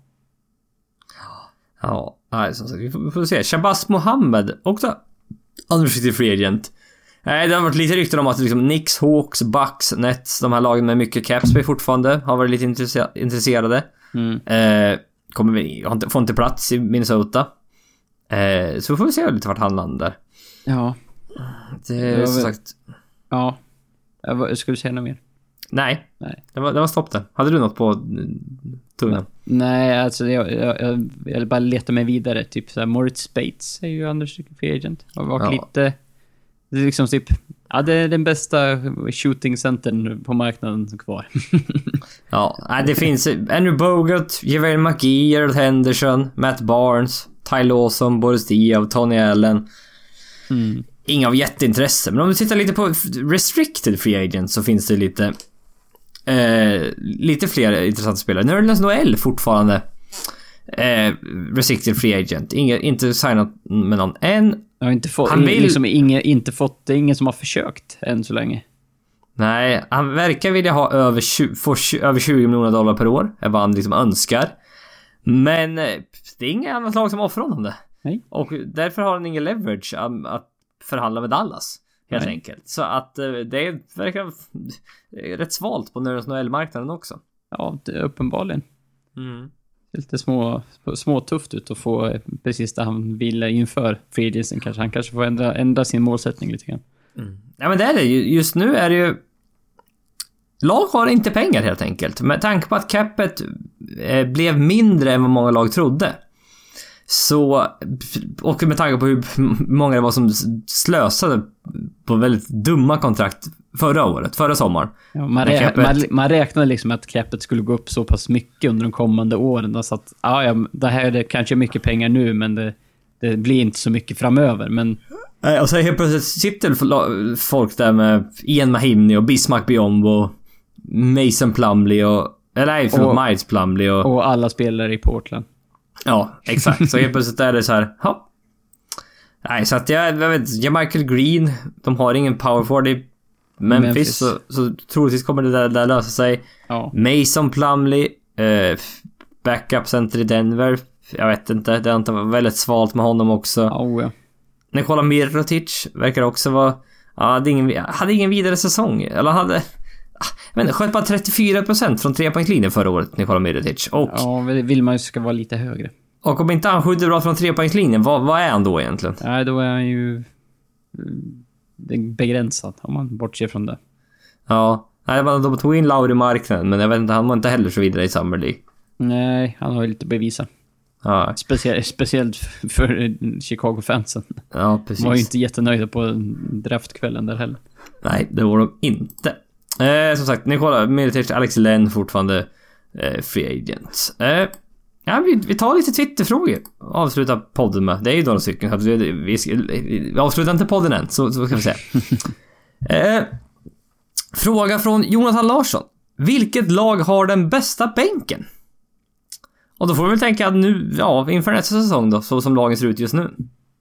Ja, nej, som sagt, vi får, vi får se. Shabazz Mohammed, också unrestricted free agent. Nej, det har varit lite rykten om att liksom Knicks, Hawks, Bucks, Nets, de här lagen med mycket capspace fortfarande har varit lite intresse- intresserade. Mm. Eh, kommer vi får inte plats i Minnesota. Eh, så får vi se lite vart han landar. Ja. Det är som sagt. Ja. Jag ska du säga något mer? Nej. Nej. Det var, det var stopp där. Hade du något på tungan? Nej, alltså jag, jag, jag, jag bara letar mig vidare. Typ så här, Moritz Spates är ju Anders free agent. Har varit ja. lite... Det är liksom typ Ja, det är den bästa shooting centern på marknaden kvar. Ja, nej, det finns Andrew Bogut, JaVale McGee, Gerald Henderson, Matt Barnes, Ty Lawson, Boris Diaw, Tony Allen. Mm. Inga av jätteintresse. Men om du tittar lite på restricted free agents så finns det lite eh, lite fler intressanta spelare. Nerlens Noel fortfarande eh, restricted free agent. Inge, inte signat med någon än. Jag har inte fått, han vill, liksom inge, inte fått, det är ingen som har försökt än så länge. Nej, han verkar vilja ha över tjugo, få tjugo, över tjugo miljoner dollar per år. Är vad han liksom önskar. Men eh, det är inga annat lag som offrar honom det. Nej. Och därför har han ingen leverage att, att förhandla med Dallas. Helt Nej. enkelt. Så att eh, det verkar rätt svalt på Nerlens Noel-marknaden också. Ja, det är uppenbarligen. Mm. Lite små, små tufft ut att få precis det han ville inför free agency. Kanske han kanske får ändra, ändra sin målsättning lite grann. Mm. Ja, men det är det. Just nu är det ju lag har inte pengar helt enkelt. Med tanke på att capet eh, blev mindre än vad många lag trodde. Så, och med tanke på hur många det var som slösade på väldigt dumma kontrakt förra året, förra sommaren. Ja, man, rä- capet... man, man räknade liksom att capet skulle gå upp så pass mycket under de kommande åren. Så att, ja, ja, det här är det kanske mycket pengar nu, men det, det blir inte så mycket framöver. Men... Och så helt plötsligt sitter folk där med Ian Mahinmi och Bismack Biyombo och Mason Plumlee och... Eller nej, förlåt, och, Miles Plumlee och... Och alla spelare i Portland. Ja, exakt. Så helt plötsligt är det så här... Ha. Nej, så att jag, jag vet... Ja, Michael Green, de har ingen power forward i Memphis, Memphis. Så, så troligtvis kommer det där, där lösa sig. Ja. Mason Plumlee, eh, backup center i Denver. Jag vet inte, det har inte varit väldigt svalt med honom också. Oh, ja. Nikola Mirotic verkar också vara... Ja, hade ingen, hade ingen vidare säsong. Eller hade... Men sköt bara trettiofyra procent från trepoängslinjen förra året, Nikola Mirotic. Och, ja, vill man ju ska vara lite högre. Och om inte han skjuter bra från trepoängslinjen, vad, vad är han då egentligen? Nej, då är han ju begränsad om man bortser från det. Ja, nej, de tog in Lauri Marknaden, men jag vet inte, han var inte heller så vidare i Summer League. Nej, han har ju lite bevisa. Ja. Specie- speciellt för Chicago-fansen. Ja, precis. De var ju inte jättenöjda på draftkvällen där heller. Nej, det var de inte. Eh, som sagt, Nikola Mirotic, Alex Len fortfarande eh, free agents. Eh, ja, vi, vi tar lite Twitterfrågor. Avsluta podden med. Det är ju några stycken. Vi, vi, vi avslutar inte podden än, så, så ska vi säga. eh, fråga från Jonathan Larsson. Vilket lag har den bästa bänken? Och då får vi väl tänka att nu, ja, inför nästa säsong då, så som lagen ser ut just nu.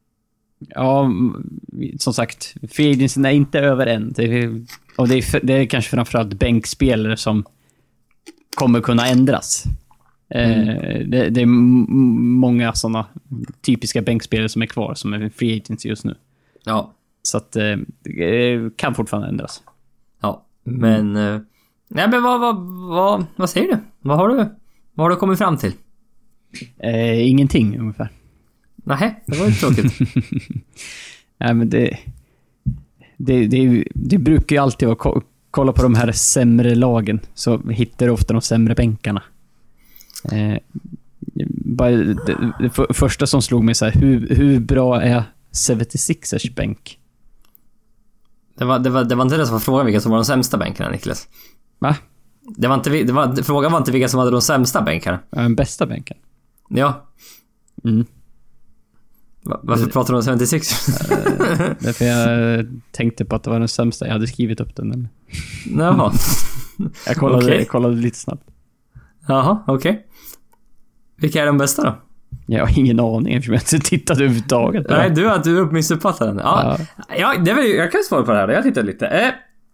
Ja, som sagt, free agency är inte över än. Det är, och det är, det är kanske framförallt bänkspelare som kommer kunna ändras. Mm. Eh, det, det är m- många sådana typiska bänkspelare som är kvar som är free agency just nu. Ja. Så att eh, det kan fortfarande ändras. Ja, men... Eh, nej, men vad, vad, vad, vad säger du? Vad har du, vad har du kommit fram till? Eh, ingenting ungefär. Nej, det var ju tråkigt. Nej, men det, det, det, det brukar ju alltid vara... Kolla på de här sämre lagen, så hittar du ofta de sämre bänkarna. Eh, bara det, det för, första som slog mig så här, hur, hur bra är sjuttiosex ers bänk? Det var, det, var, det var inte det som var frågan vilka som var de sämsta bänkarna, Niklas. Va? Det var inte, det var, frågan var inte vilka som hade de sämsta bänkarna. Ja, den bästa bänken. Ja. Mm. Va, varför det, pratar du om sjuttiosex? Därför jag tänkte på att det var den sämsta. Jag hade skrivit upp den. Jaha. Jag kollade, okay. jag kollade lite snabbt. Jaha, okej. Okay. Vilka är de bästa då? Jag har ingen aning eftersom jag inte tittade överhuvudtaget. Nej, du har du uppmissuppfattat den. Ja, ja. ja det är väl, jag kan svara på det här. Jag tittar lite. Eh,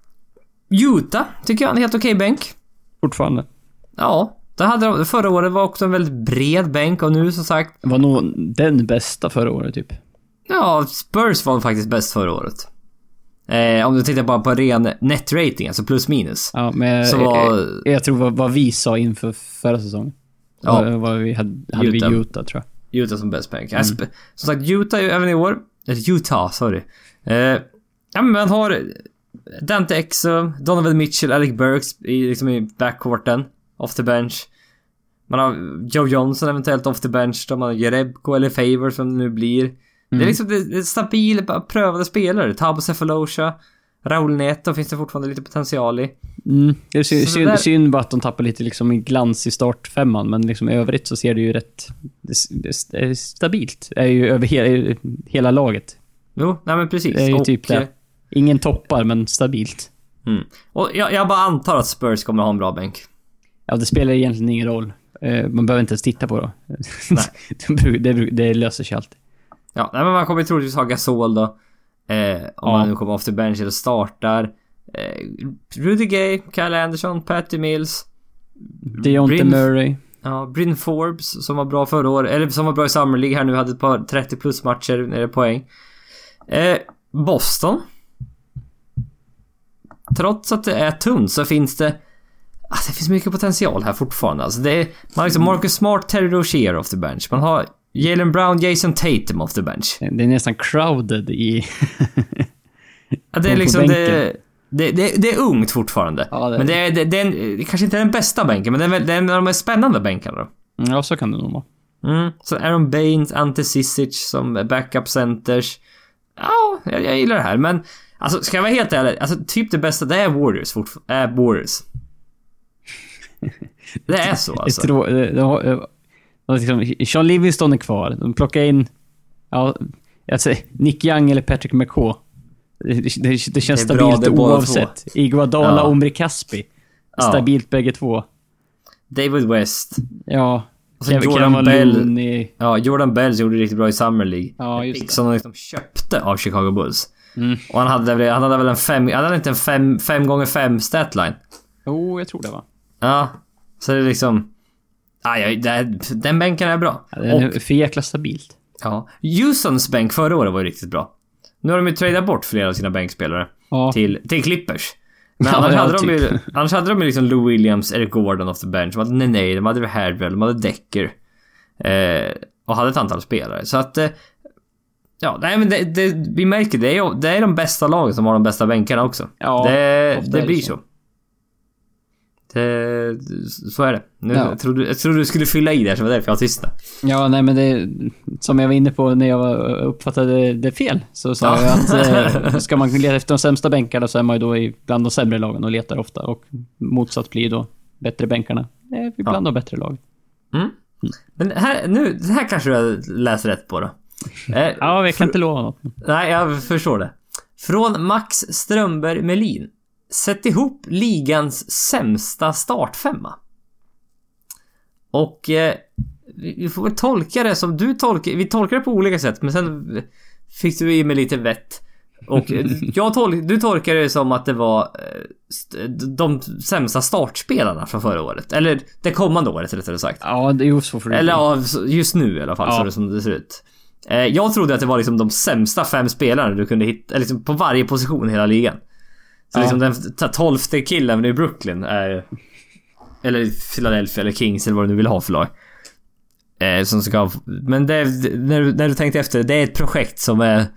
Utah tycker jag är en helt okej okay bänk. Fortfarande. Ja, det hade de, förra året var också en väldigt bred bänk och nu som sagt... Var nog den bästa förra året typ. Ja, Spurs var faktiskt bäst förra året. Eh, om du tittar bara på ren net-rating, alltså plus minus. Ja, men så jag, var... jag, jag tror vad, vad vi sa inför förra säsongen. Ja. Vad, vad vi hade, hade Utah. vi Utah, tror jag. Utah som bäst bänk. Mm. Som sagt, Utah ju även i år. Eller Utah, sorry. Eh, ja, men man har Dante Exum, Donovan Mitchell, Alec Burks i, liksom i backcourten. Off the bench. Man har Joe Johnson eventuellt off the bench. Då man har Jerebko eller Favor som det nu blir. Mm. Det är liksom det, det är stabila, prövade spelare. Thabo Sefolosha, Raul Neto finns det fortfarande lite potential i. Mm. Det är synd, synd, där... synd bara att de tappar lite liksom i glans i startfemman, men liksom i övrigt så ser det ju rätt det, det är stabilt. Det är ju över he, hela laget. Jo, nej men precis. Det är ju och, typ det. Ingen toppar, men stabilt. Mm. Och jag, jag bara antar att Spurs kommer ha en bra bänk. Ja, det spelar egentligen ingen roll. Man behöver inte ens titta på det. Nej. det, det, det löser sig alltid. Ja, nej, men man kommer troligtvis ha Gasol då. Eh, om ja. man nu kommer off the bench eller startar. Eh, Rudy Gay, Kyle Anderson, Patty Mills. Deontay Bryn, Murray. Ja, Bryn Forbes som var bra förra året. Eller som var bra i Summer League här nu. Hade ett par trettio plus matcher nere poäng. Eh, Boston. Trots att det är tunt så finns det... Ah, det finns mycket potential här fortfarande. Alltså det är, man har liksom Marcus Smart, Terry Rozier off the bench. Man har Jaylen Brown, Jason Tatum off the bench. Det är nästan crowded i... ja, det är liksom... Det, det, det, det är ungt fortfarande. Ja, det är... Men det är, det, det är en, det kanske inte är den bästa bänken, men det är, det är en av de mest spännande bänkarna då. Ja, så kan det nog vara. Mm. Så Aaron Baines, Ante Cisic som backup centers. Ja, jag, jag gillar det här. Men alltså, ska jag vara helt ärlig, alltså typ det bästa, det är Warriors fortfarande. Är Warriors. Det är så alltså. Jag tror, de, de, de, de, liksom, Sean Livingston är kvar. De plockar in ja, jag säger, Nick Young eller Patrick McCaw. Det, det, det känns det stabilt bra, oavsett. Iguodala, ja. Omri Caspi. Stabilt ja. Bägge två. David West. Ja. Alltså Jordan Bell. I... Ja, Jordan Bell gjorde riktigt bra i Summer League. Ja, just det. Som de liksom köpte av Chicago Bulls. Mm. Och han hade, han hade väl en fem... Han hade inte en fem, fem gånger fem statline. Jo, oh, jag tror det var. Ja, så det är liksom... Aj, det är, den bänken är bra. Ja, det är och, för jäkla stabilt. Ja. Houstons bänk förra året var ju riktigt bra. Nu har de ju tradat bort flera av sina bänkspelare ja. till, till Clippers. Men ja, annars, ja, hade typ. de ju, annars hade de ju liksom Lou Williams, Eric Gordon off the bench. De hade Nene, de hade Hardwell, de hade Decker. Eh, och hade ett antal spelare. Så att... Eh, ja, nej men det, det, vi märker det är, det är de bästa lagen som har de bästa bänkarna också. Ja, det, det blir så. så. Det, så är det. Nu, ja. jag, trodde, jag trodde du skulle fylla i där, så var det därför jag tystnade. Ja, nej men det som jag var inne på när jag uppfattade det fel, så sa ja. jag att eh, ska man leta efter de sämsta bänkarna så är man ju då i bland de sämre lagen och letar ofta, och motsatt blir då bättre bänkarna eh, ibland ja. de bättre lag. Mm. Mm. Men här, nu, det här kanske du läser rätt på då. Eh, ja, jag kan för, inte lova något. Nej, jag förstår det. Från Max Strömberg Melin. Sätt ihop ligans sämsta startfemma. Och eh, vi får väl tolka det som du tolkar. Vi tolkar det på olika sätt, men sen fick du i med lite vett. Och jag tol- du tolkar det som att det var eh, de sämsta startspelarna från förra året. Eller det kommande året, rättare sagt. Ja, det är ju så för det. Eller ja, just nu i alla fall, ja. Så det som det ser ut. Eh, jag trodde att det var liksom de sämsta fem spelarna du kunde hitta, liksom på varje position i hela ligan. Så ja. liksom den tolfte killen i Brooklyn är, eller Philadelphia eller Kings eller vad du nu vill ha för lag. Eh, som ska, men det, när, du, när du tänkte efter, det är ett projekt som är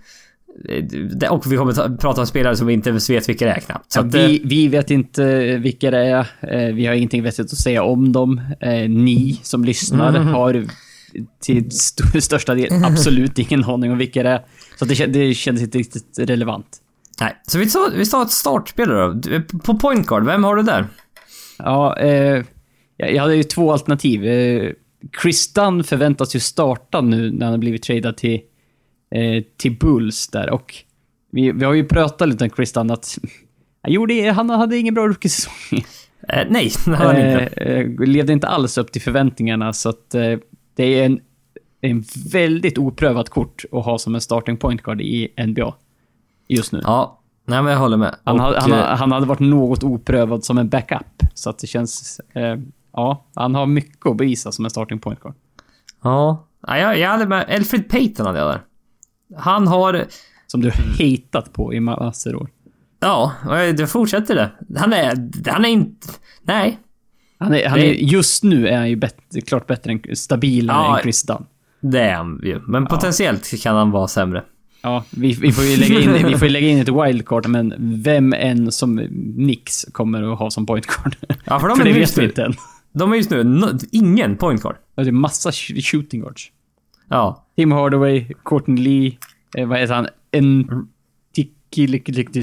det, och vi kommer ta, prata om spelare som vi inte vet vilka det är knappt. Så ja, att, vi, vi vet inte vilka det är. Eh, vi har ingenting vettigt att säga om dem. Eh, ni som lyssnar mm. har till st- största del absolut ingen aning om vilka det är. Så det, det kändes inte riktigt relevant. Nej, så vi tar, vi tar ett startspelare då. På point guard, vem har du där? Ja, eh, jag hade ju två alternativ. Eh, Chris Dunn förväntas ju starta nu när han har blivit tradad till, eh, till Bulls där. Och vi, vi har ju pratat lite om Chris Dunn att han, gjorde, han hade ingen bra rookie-säsong. Eh, nej, det hade han inte. Eh, levde inte alls upp till förväntningarna, så att eh, det är en, en väldigt oprövat kort att ha som en starting point guard i N B A. Just nu. Ja, nej men jag håller med. Han, och, hade, han, han hade varit något oprövad som en backup. Så att det känns... Eh, ja, han har mycket att bevisa som en starting point guard. Ja, jag, jag hade med... Elfrid Payton hade jag där. Han har... Som du hatat på i massor år. Ja, det fortsätter det. Han är... Han är inte... Nej. Han är, han är, just nu är han ju bättre, klart bättre än stabilare ja, än Chris Dunn. Det är han ju. Men ja. Potentiellt kan han vara sämre. Ja, vi, vi får ju lägga in, vi får ju lägga in ett wildcard, men vem än som Knicks kommer att ha som point guard. Ja, för de för är det vet vi inte än. De är just nu no, ingen point guard. Det är massa shooting guards. Ja. Tim Hardaway, Courtney Lee, eh, vad heter han? En Tiki.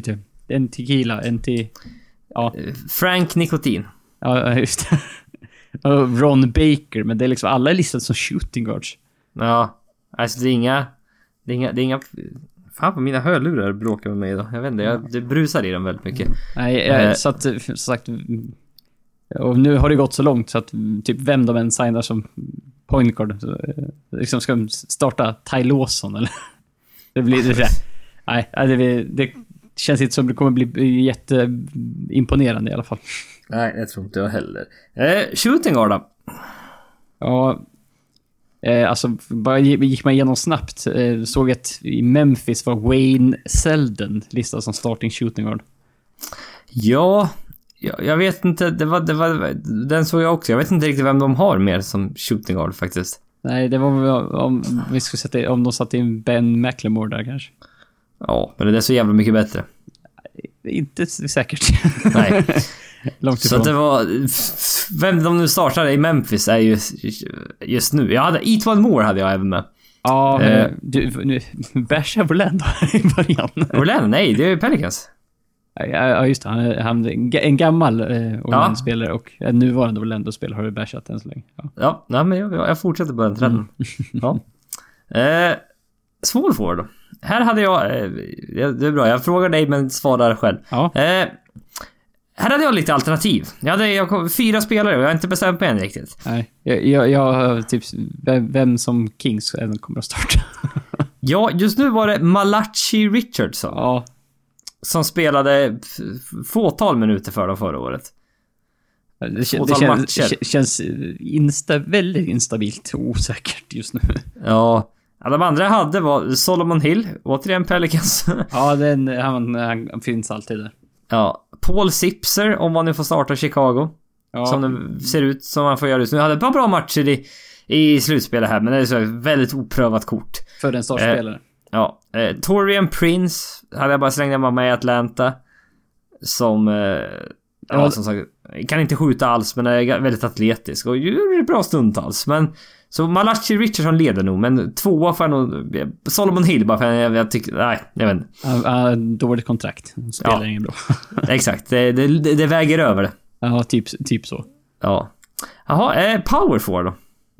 en tequila, en till... Ja. Frank Nikotin. Ja, just det. Och Ron Baker, men det är liksom alla är listade som shooting guards. Ja, alltså det är inga... Det är inga... Det är inga fan, på mina hörlurar bråkar med mig då. Jag vet inte, jag, det brusar i dem väldigt mycket. Nej, jag, eh. så att, som sagt... Och nu har det gått så långt så att typ vem de än signar som point guard liksom ska de starta Ty Lawson eller det blir det. Nej, det, det känns inte som det kommer bli jätteimponerande i alla fall. Nej, det tror inte jag heller. Eh, shooting guard då? Ja, eh, alltså bara gick man igenom snabbt. Eh, såg att i Memphis var Wayne Selden listad som starting shooting guard. Ja, jag, jag vet inte, det var, det var den såg jag också. Jag vet inte riktigt vem de har mer som shooting guard faktiskt. Nej, det var om vi skulle sätta om de satte in Ben McLemore där kanske. Ja, men det är så jävla mycket bättre. Inte säkert. Nej. Långt så det var vem de nu startade i Memphis är ju just nu. Jag hade Etwan Moore hade jag även med. Ja, eh, du nu bärs av Orlando i början. Orlando, nej, det är ju Pelicans. Ja, just det. Han är, han är en gammal eh, Orlando-spelare och en nuvarande Orlando-spelare har du bärsat än så länge. Ja, ja nej, men jag, jag fortsätter på den trenden. Mm. Ja. Eh, small forward då. Här hade jag eh, det är bra, jag frågar dig men svarar själv. Ja. Eh, här hade jag lite alternativ. Jag hade jag kom, fyra spelare och jag har inte bestämt mig än riktigt. Nej, jag, jag, jag typ vem, vem som Kings även kommer att starta. Ja, just nu var det Malachi Richardson. Ja. Som spelade fåtal minuter för dem förra året. Det, det känns, känns insta, väldigt instabilt och osäkert just nu. Ja, alla de andra hade var Solomon Hill, återigen Pelicans. Ja, den, han, han finns alltid där. Ja, Paul Sipser om man nu får starta Chicago. Ja. Som det ser ut som man får göra just nu. Hade ett par bra matcher i, i slutspelet här, men det är så väldigt oprövat kort. För en startspelare. Eh, ja, eh, Torian Prince hade jag bara slängt med i Atlanta. Som, eh, ja, ja, som sagt, kan inte skjuta alls, men är väldigt atletisk och gör bra stundtals. Men så Malachi Richardson leder nog, men tvåa för nog Solomon Hill bara för jag, jag tycker, nej, jag vet inte. Uh, uh, dåligt kontrakt. Spelar ja. ingen bra. Exakt, det, det, det väger över det. Ja, typ, typ så. Ja. Jaha, eh, power forward då?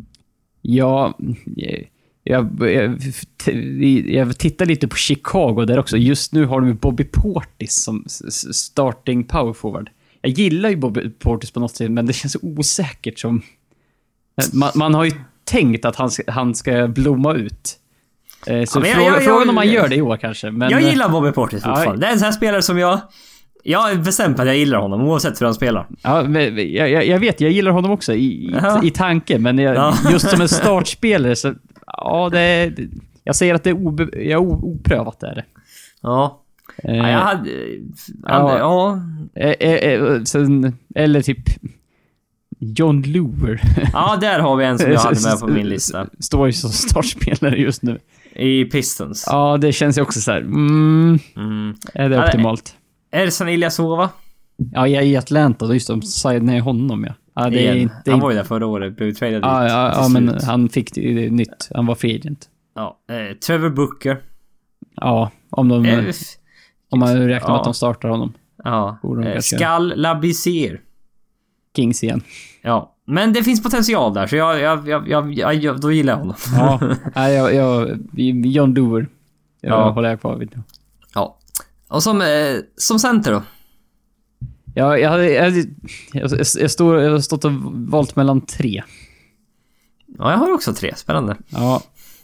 Ja, jag, jag, jag tittar lite på Chicago där också. Just nu har de Bobby Portis som starting power forward. Jag gillar ju Bobby Portis på något sätt, men det känns osäkert som... Man, man har ju tänkt att han ska, han ska blomma ut. Så ja, fråga, jag, jag, frågan jag, om man gör det i år kanske. Men, jag gillar Bobby Portis fortfarande. Ja, det är en sån här spelare som jag... Jag har bestämt att jag gillar honom oavsett hur han spelar. Ja, men jag, jag vet, jag gillar honom också i, i, i tanke, men jag, ja. just som en startspelare så ja, det är, jag säger att det är obe, jag är oprövat är det. Ja. Eh, ja, jag hade, hade ja. ja. Eh, eh, sen, eller typ John Luer. Ja, där har vi en som jag hade med på min lista. Står ju som startspelare just nu. I Pistons. Ja, det känns ju också så här. Mm, mm. Är det optimalt? Ersan Ilyasova? Ja, jag är i Atlanta. Då just de sa ner honom, ja. Ja, det är, det är, han var ju där förra året. Blev traded ja, dit. Ja, ja men han fick det, det nytt. Han var free agent. Ja, eh, Trevor Booker. Ja, om de... Eh, om man räknar med ja. att de startar honom. Ja. Eh, Skal Labissiere. Kings igen. Ja. Men det finns potential där, så jag, jag, jag, jag, jag då gillar jag honom. Ja, jag, jag, John Dover. Jag ja. håller jag kvar vid. Ja. Och som, eh, som center då? Ja, jag hade, jag, jag, jag, står, jag har stått och valt mellan tre. Ja, jag har också tre. Spännande. Ja.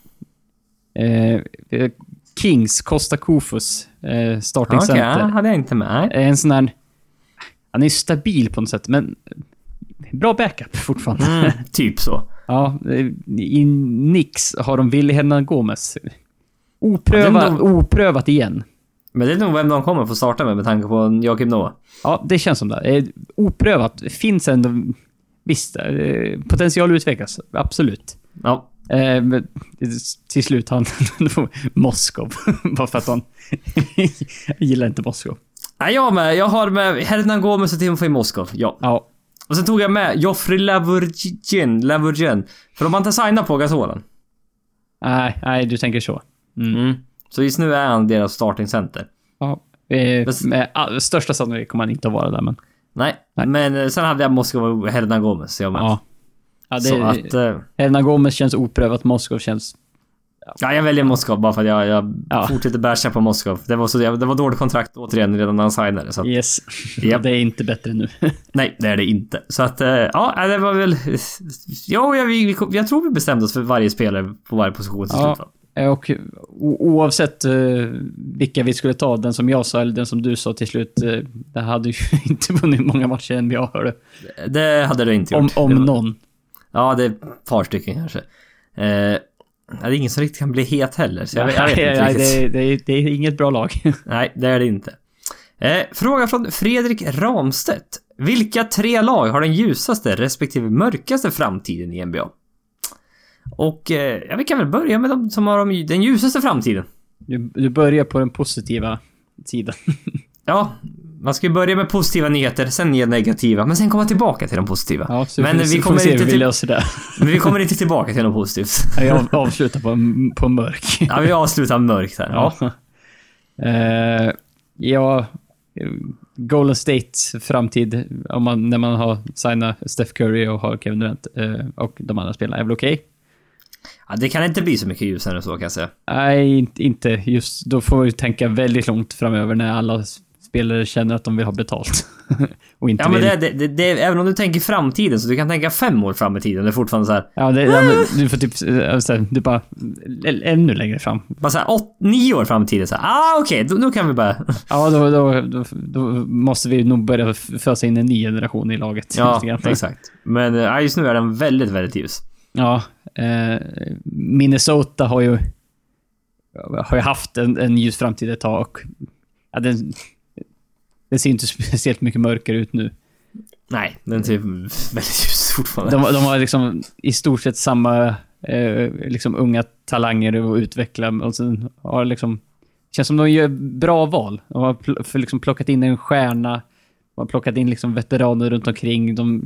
Eh, Kings, Costa Kufus, eh, starting okay, center. Ja, hade jag inte med. En sån här... Han är stabil på något sätt, men bra backup fortfarande. Mm, typ så. Ja, i Knicks har de Wilhelm Gomez. Oprövat, ja, nog... oprövat igen. Men det är nog vem de kommer få starta med med tanke på Joakim Noah. Ja, det känns som det. Oprövat finns ändå... Visst, potential utvecklas. Absolut. Ja. Eh, men till slut han Moskov. Bara för att han... Jag gillar inte Moskov. Nej, jag med. Jag har med Hernan Gomez och Timofey Moskov. Ja. Ja. Och sen tog jag med Joffrey Lavergin. Lavergin. För de har inte signat på Gasolen. Nej, nej, du tänker så. Mm. Mm. Så just nu är han deras starting center. Ja. Eh, med all, största sannolikhet kommer han inte att vara där, men... Nej, Nej. men sen hade jag Moskva och Helena Gomez. Jag ja. Ja, det, så att... Eh, Helena Gomez känns oprövat, Moskva känns... Ja. ja, jag väljer Moskva bara för att jag, jag ja. fortsätter bärsa på Moskva. Det var, så, det var dåligt kontrakt återigen redan när han signade. Så att, yes, ja. Det är inte bättre nu. Nej, det är det inte. Så att, ja, det var väl... Ja, jag, vi, jag tror vi bestämde oss för varje spelare på varje position till ja. slut. Och oavsett uh, vilka vi skulle ta, den som jag sa eller den som du sa till slut, uh, det hade ju inte vunnit många matcher än jag hörde. Det hade det inte gjort. Om, om det var, någon. Ja, det är ett par stycken kanske. Eh, det är ingen som riktigt kan bli het heller. Så jag, jag vet inte nej, det, det, det är inget bra lag. Nej, det är det inte. Eh, fråga från Fredrik Ramstedt. Vilka tre lag har den ljusaste respektive mörkaste framtiden i N B A? Och eh, ja, vi kan väl börja med de som har de, den ljusaste framtiden. Du, du börjar på den positiva sidan. Ja, man ska ju börja med positiva nyheter, sen ge negativa, men sen komma tillbaka till de positiva. Ja, så men vi, vi kommer se inte hur vi löser det. Men vi kommer inte tillbaka till något positivt. Ja, jag avslutar på, på mörk. Ja, vi avslutar mörkt här. Ja. Ja. Uh, ja, Golden State framtid, om man, när man har signat Steph Curry och har Kevin Durant uh, och de andra spelarna, är väl okej? Okay? Ja, det kan inte bli så mycket ljusare så kan jag säga. Nej, inte just. Då får vi tänka väldigt långt framöver när alla spelare känner att de vill ha betalt. Och inte ja, men vill... det, det, det, även om du tänker framtiden, så du kan tänka fem år fram i tiden. Det är fortfarande så här. Ja, det, ja du får typ så du bara ännu längre fram. Bara så här åt, nio år fram i tiden så här. Ah, okej, okay, då, då kan vi bara. Ja, då, då, då, då måste vi nog börja fösa in en ny generation i laget. Ja, exakt. Men ja, just nu är den väldigt, väldigt ljus. Ja, eh, Minnesota har ju har ju haft en, en ljus framtid ett tag och ja, den, den ser inte speciellt mycket mörkare ut nu. Nej, den ser väldigt ljus fortfarande. De, de har liksom i stort sett samma eh, liksom unga talanger att utveckla och sen har liksom känns som de gör bra val. De har pl- för liksom plockat in en stjärna, de har plockat in liksom veteraner runt omkring. De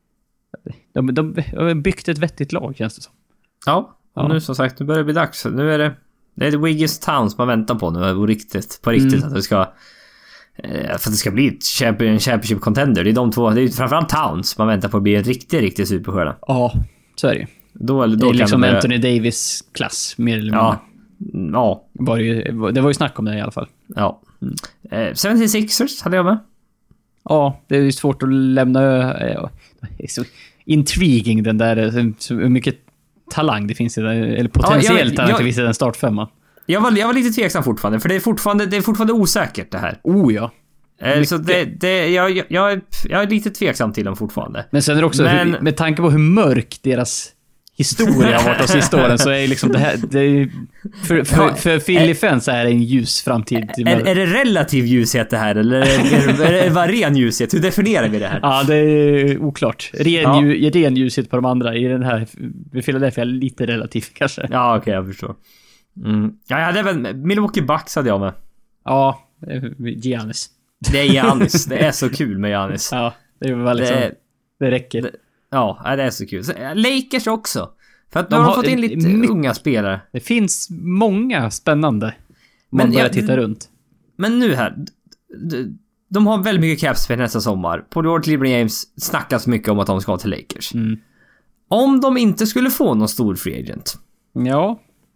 De, de, de har byggt ett vettigt lag, känns det som. Ja, och ja. nu som sagt, nu börjar det bli dags. Nu är det det är Wiggins Towns man väntar på nu, på riktigt, på riktigt mm. att det ska eh, för att det ska bli ett champion, championship contender. Det är de två, det är framförallt Towns man väntar på att bli en riktig, riktig superstjärna. Ja, så är det. Då, då det är liksom börja... Anthony Davis klass, mer eller mindre. Ja. Ja. Var det, ju, det var ju snack om det i alla fall. Ja. Mm. Eh, seventy-sixers hade jag med. Ja, det är ju svårt att lämna. Ja, det är så intriguing den där, så mycket talang det finns i den, eller potentiell ja, jag, talang jag, det finns i den startfemman. Jag var, jag var lite tveksam fortfarande, för det är fortfarande, det är fortfarande osäkert det här. Oh ja. Eh, så det, det, jag, jag, jag, är, jag är lite tveksam till dem fortfarande. Men sen är det också, Men... hur, med tanke på hur mörk deras historia har varit de sista åren, så är liksom det här, det är, för, för, för Philly-fans är det en ljus framtid. Är, är det relativ ljushet det här, eller är det, är det bara ren ljushet? Hur definierar vi det här? Ja, det är oklart. Ren, ja. ju, ren ljushet på de andra. I den här, vi Philadelphia lite relativt kanske. Ja, okej, okay, jag förstår. Mm. Ja, jag hade väl, Milwaukee Bucks hade jag med. Ja, Giannis. Det är Giannis, det är så kul med Giannis. Ja, det är väl liksom, det, det räcker. Det, ja, det är så kul. Så, Lakers också. För att de har, har fått in lite mycket, unga spelare. Det finns många spännande. Om man börjar jag, titta runt. Men nu här. De, de har väldigt mycket capspel nästa sommar. På Lord LeBron James snackas mycket om att de ska till Lakers. Mm. Om de inte skulle få någon stor free agent. Ja.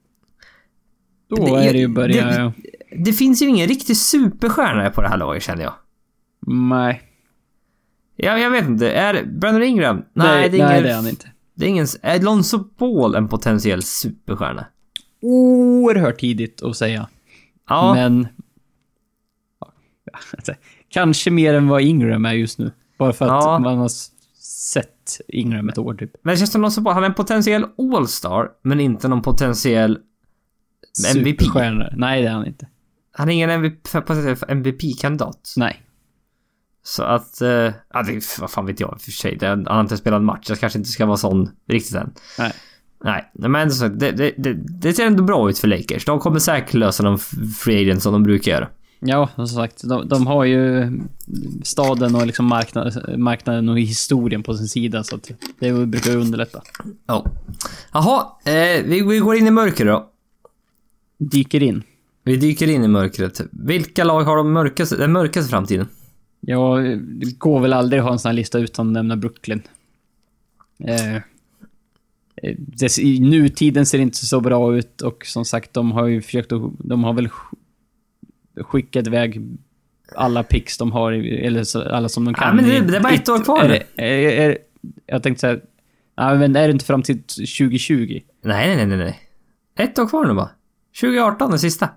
Då det, är det ju börja... Det, det finns ju ingen riktig superstjärna på det här laget, känner jag. Nej. Ja, jag vet inte. Är Brandon Ingram? Nej, nej, det är, nej, ingen, det är han inte. Det är ingen... Är Lonzo Ball en potentiell superstjärna? Oerhört tidigt att säga. Ja. Men... Ja, alltså, kanske mer än vad Ingram är just nu. Bara för att ja. man har sett Ingram ett år typ. Men det känns som Lonzo Ball. Han är en potentiell all-star, men inte någon potentiell M V P. Superstjärna. Nej, det är han inte. Han är ingen M V P, M V P-kandidat. Nej. Så att, uh, ja, det, vad fan vet jag för sig. Det, han har inte spelat en match. Det kanske inte ska vara sån riktigt än. Nej. Nej, men så, det, det, det, det ser ändå bra ut för Lakers. De kommer säkert lösa de free agents som de brukar göra. Ja, som sagt. De, de har ju staden och liksom marknad, marknaden och historien på sin sida. Så att det brukar underlätta. Ja. Jaha, eh, vi, vi går in i mörker då. Dyker in. Vi dyker in i mörkret. Vilka lag har de mörkaste, den mörkaste framtiden? Ja, det går väl aldrig att ha en sån här lista utan att nämna Brooklyn. Eh, dess, I nutiden ser det inte så bra ut och som sagt, de har ju försökt att, de har väl skickat iväg alla picks de har, eller så, alla som de kan. Ja, men det, det är bara ett år kvar. Är, är, är, är, jag tänkte säga, nej, men är det inte fram till tjugo tjugo? Nej, nej, nej, nej. Ett år kvar nu bara. tjugo arton, den sista.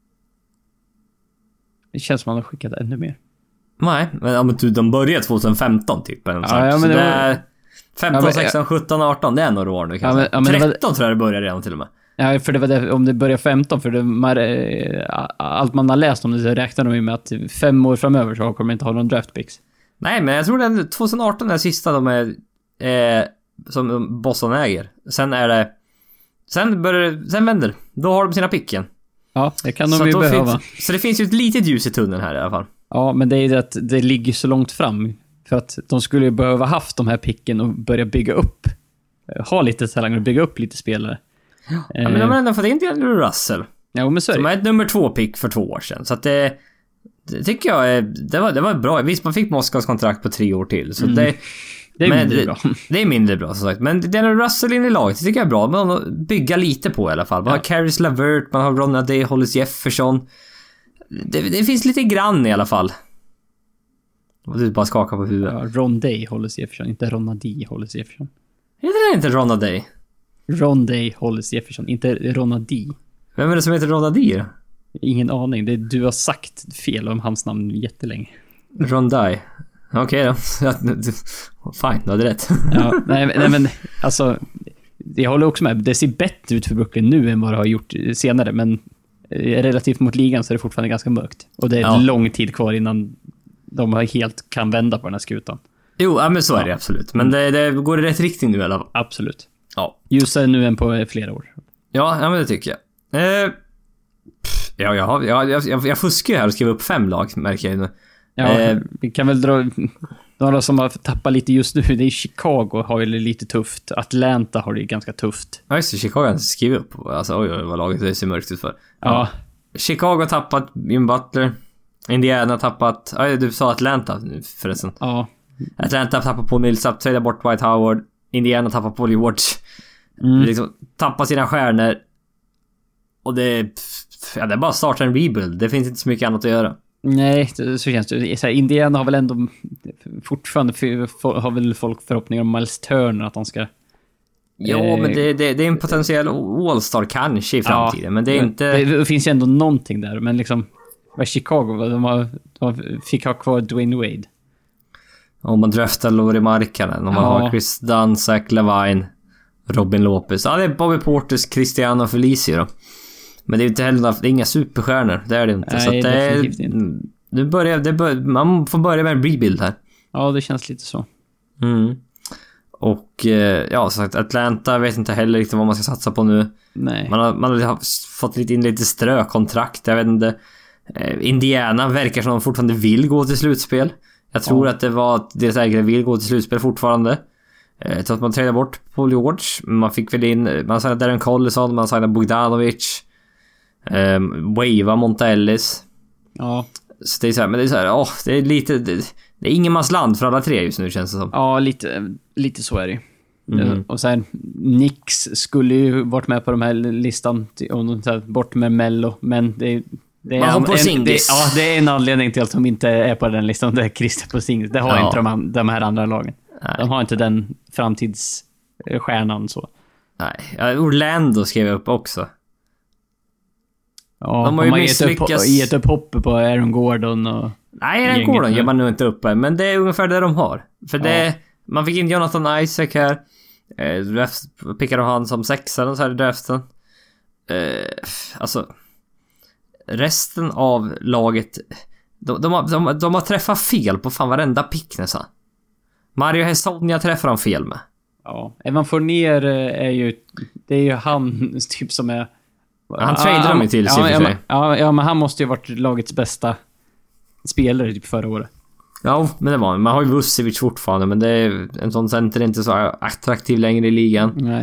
Det känns som att man har skickat ännu mer. Nej, men ja, men de började tjugohundrafemton typ. Eller ja, ja, men det det är var... femton, ja, men, sexton, sjutton, arton. Det är några år nu kanske. Ja, men, ja, men tretton var... tror jag det började redan till och med. Ja, för det var det, om det börjar femton, för det, man, allt man har läst om det så räknar de med att fem år framöver så kommer de inte ha någon draft picks. Nej, men jag tror det är tjugo arton är sista de är eh, som Boston äger. Sen är det sen börjar sen vänder. Då har de sina picken. Ja, det kan de så ju behöva. Finns, så det finns ju ett litet ljus i tunneln här i alla fall. Ja, men det är ju att det ligger så långt fram för att de skulle ju behöva haft de här picken och börja bygga upp, ha lite talanger och bygga upp lite spelare. Ja, men de har ändå fått in till Russell. Ja, men så är det. Som är ett nummer två pick för två år sedan. Så att det, det tycker jag det var, det var bra. Visst, man fick Moskvas kontrakt på tre år till. Så mm. det, det är mindre det, bra. Det är mindre bra, som sagt. Men det är Russell in i laget, det tycker jag är bra. Man har bygga lite på i alla fall. Man ja. har Caris LeVert, man har Ron Day, Hollis Jefferson. Det, det finns lite grann i alla fall. Och du bara skakar på huvudet. Ja, Ron Day, Hollis Jefferson. Inte Ron Day, Hollis Jefferson. Heter det inte Ron Day? Ron Day, Hollis Jefferson. Inte Ron Day. Vem är det som heter Ron Day? Ingen aning. Det, du har sagt fel om hans namn jättelänge. Ron Day. Okej okay, då. Fine, du hade rätt. Ja, nej, nej, men alltså... Jag håller också med. Det ser bättre ut för Brooklyn nu än vad det har gjort senare. Men relativt mot ligan så är det fortfarande ganska mörkt. Och det är ja. lång tid kvar innan de helt kan vända på den här skutan. Jo, ja, men så är det absolut. Men det, det går i rätt riktning nu i alla fall. Absolut. Ja. Ljusare nu än på flera år. Ja, ja men det tycker jag. Eh, pff, ja, jag, har, jag, jag, jag fuskar ju här och skriver upp fem lag, märker jag nu. Ja, eh, vi kan väl dra... Några som har tappat lite just nu, det är Chicago har ju lite tufft. Atlanta har det ganska tufft. Ja, just det. Chicago har skrivit upp. Alltså, oj, oj, vad laget ser mörkt ut för. Ja. ja. Chicago har tappat Jim Butler. Indiana har tappat... Ja, du sa Atlanta förresten. Ja. Atlanta har tappat på Millsap, tradar bort White Howard. Indiana tappar på Paul George. Mm. Liksom, tappar sina stjärnor. Och det... Ja, det är bara att starta en rebuild. Det finns inte så mycket annat att göra. Nej, så känns det. Så här, Indiana har väl ändå fortfarande har väl folk förhoppningar om Miles Turner att de ska... Ja, eh, men det, det, det är en potentiell all-star kanske i framtiden, ja, men det är men inte... Det, det finns ju ändå någonting där, men liksom vad Chicago, de, har, de fick ha kvar Dwayne Wade. Om man draftar Lauri Markkanen, om man ja. har Chris Dunn, Zach Lavine, Robin Lopez. Ja, det är Bobby Portis, Cristiano Felicio då. Men det är inte heller, det är inga superstjärnor, det är det inte. Nej, så att det är, inte. Det börjar, det bör, man får börja med en rebuild här. Ja, det känns lite så. Mm. Och ja, så sagt, Atlanta vet inte heller riktigt vad man ska satsa på nu. Nej. Man har, man har fått lite in lite strökontrakt, jag vet inte. Indiana verkar som de fortfarande vill gå till slutspel. Jag tror ja. att det var att deras ägare vill gå till slutspel fortfarande. Så att man trädde bort Paul George. Man fick väl in, man signade Darren Collison, man signade Bogdanovic. Um, Wava Monta Ellis. Ja. Så det är så här, men det är så här, åh, det är lite det, det är ingenmansland för alla tre just nu, känns det som. Ja, lite lite så är det. Mm. Och sen Knicks skulle ju varit med på de här listan om så här, bort med Mello, men det, det är en, en, det, ja, det är en anledning till att de inte är på den listan. Det är Krister Porzingis. Det har ja. inte de, de här andra lagen. Nej. De har inte den framtidsstjärnan så. Nej, Orlando skrev jag upp också. Ja, de har ju misslyckats. Gett upp hoppet på Aaron Gordon och... Nej, Aaron Gordon ger man nu inte upp. Men det är ungefär det de har. För det... Ja. Man fick in Jonathan Isaac här. Eh, pickade han som sexa så här i draften. Eh, alltså... Resten av laget... De, de, har, de, de har träffat fel på fan varenda pick nästan. Mario Hezonja träffar han fel med. Ja, Evan Fournier är ju... Det är ju han typ som är... Han tradade dem ju till sig ja, för sig. Ja, ja, men han måste ju varit lagets bästa spelare typ förra året. Ja, men det var man har ju Vucevic fortfarande, men det är en sån center är inte så attraktiv längre i ligan. Nej.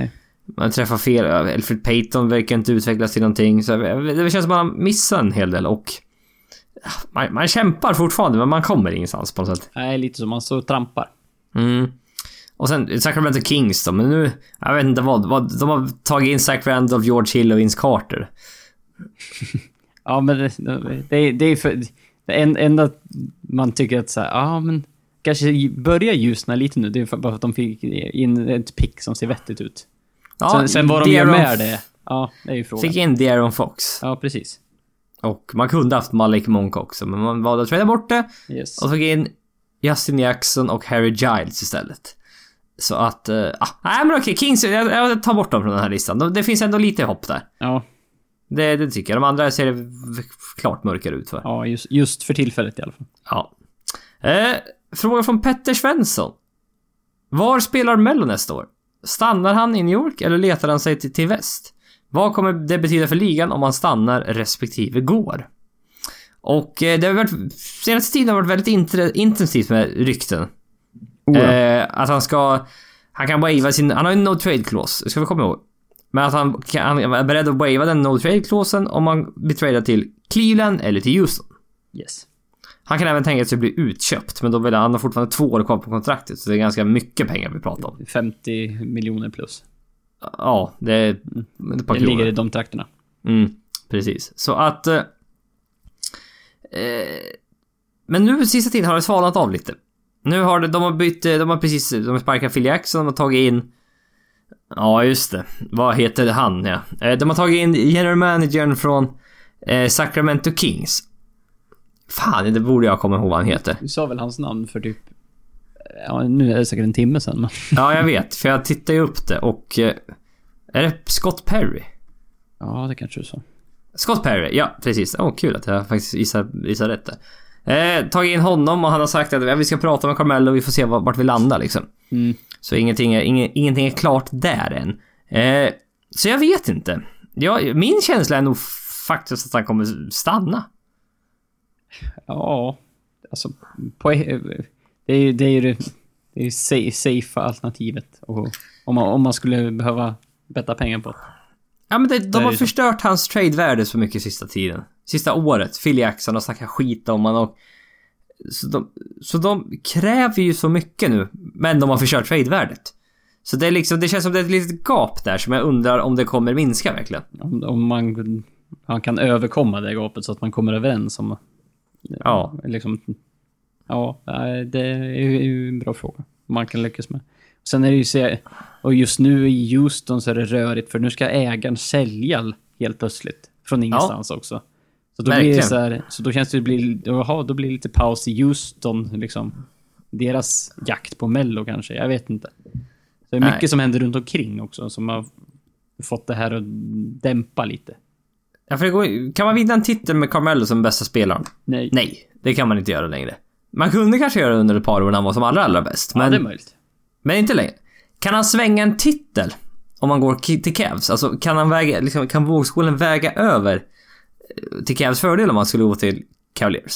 Man träffar fel. Elfrid Payton verkar inte utvecklas till någonting. Så det känns som att man missar en hel del. Och man, man kämpar fortfarande, men man kommer ingenstans på något sätt. Nej, lite som man så trampar. Mm. Och sen Sacramento Kings då. Men nu, jag vet inte vad, vad de har tagit in Zach Randolph, George Hill och Vince Carter. Ja, men det, det, det är för... Det enda man tycker att så här, ja men kanske börja ljusna lite nu. Det är för, bara för att de fick in ett pick som ser vettigt ut. Ja, sen, sen vad de gör med det. Ja, det är ju frågan. Fick in De'Aaron Fox. Ja, precis. Och man kunde haft Malik Monk också, men man valde att träda bort det. Yes. Och tog in Justin Jackson och Harry Giles istället. Så att, uh, ah, nej men okej, Kings, jag, jag tar bort dem från den här listan. Det finns ändå lite hopp där. Ja. Det, det tycker jag. De andra ser det klart mörkare ut för. Ja, just, just för tillfället i alla fall. Ja. Eh, fråga från Petter Svensson. Var spelar Mello nästa år? Stannar han i New York eller letar han sig till, till väst? Vad kommer det betyda för ligan om han stannar respektive går? Och eh, det har varit, senaste tiden har varit väldigt intre, intensivt med rykten. Oh ja. eh, att han ska, han kan waiva sin, han har en no trade clause, ska vi komma ihåg. Men att han, han är beredd att waiva den no trade clausen om man blir tradad till Cleveland eller till Houston. Yes. Han kan även tänka sig att bli utköpt, men då vill han ha fortfarande två år kvar på kontraktet, så det är ganska mycket pengar vi pratar om. femtio miljoner plus. Ja, det är ett par det ligger i de trakterna. Mm, precis. Så att eh, men nu sista tiden har det svalnat av lite. Nu har det, de har bytt, de har precis, de har sparkat Phil Jackson, de har tagit in, ja just det, vad heter han, ja. De har tagit in general managern från eh, Sacramento Kings. Fan, det borde jag komma ihåg vad han heter. Du sa väl hans namn för typ, ja nu är det säkert en timme sedan. Men... ja, jag vet, för jag tittade ju upp det och eh, är det Scott Perry? Ja, det kanske du sa. Scott Perry, ja precis. Åh, oh, kul att jag faktiskt gissar, gissar rätt där. Eh, tagit in honom och han har sagt att vi ska prata med Carmelo och vi får se vart vi landar liksom. Mm. Så ingenting är, ing, ingenting är klart där än. Eh, så jag vet inte. Jag, min känsla är nog faktiskt att han kommer stanna. Ja, alltså på, det är ju det är ju det är safe, safe alternativet och om man om man skulle behöva betta pengar på det. Ja, men det, de har förstört så. Hans trade-värde så mycket sista tiden. Sista året. Phil Jackson har snackat skit om han och så de, så de kräver ju så mycket nu, men de har förstört trade-värdet. Så det är liksom, det känns som det är ett litet gap där som jag undrar om det kommer minska verkligen. Om, om man, man kan överkomma det gapet så att man kommer överens om. Ja, liksom, ja, det är ju en bra fråga. Man kan lyckas med. Sen är det ju så, och just nu i Houston så är det rörigt för nu ska ägaren sälja helt plötsligt från ingenstans ja. Också. Så då verkligen. Blir det så här, så då känns det bli jaha, då blir det lite paus i Houston liksom. Deras jakt på Mello kanske, jag vet inte. Så det är mycket Nej. Som händer runt omkring också som har fått det här att dämpa lite. Ja, för det går, kan man vinna en titel med Carmelo som bästa spelaren? Nej. Nej, det kan man inte göra längre. Man kunde kanske göra det under ett par år när han var som allra allra bäst. Men, ja, det är möjligt. Men inte längre. Kan han svänga en titel om man går till Cavs? Alltså kan han väga, liksom, kan vågskålen väga över till Cavs fördel om man skulle gå till Cavaliers?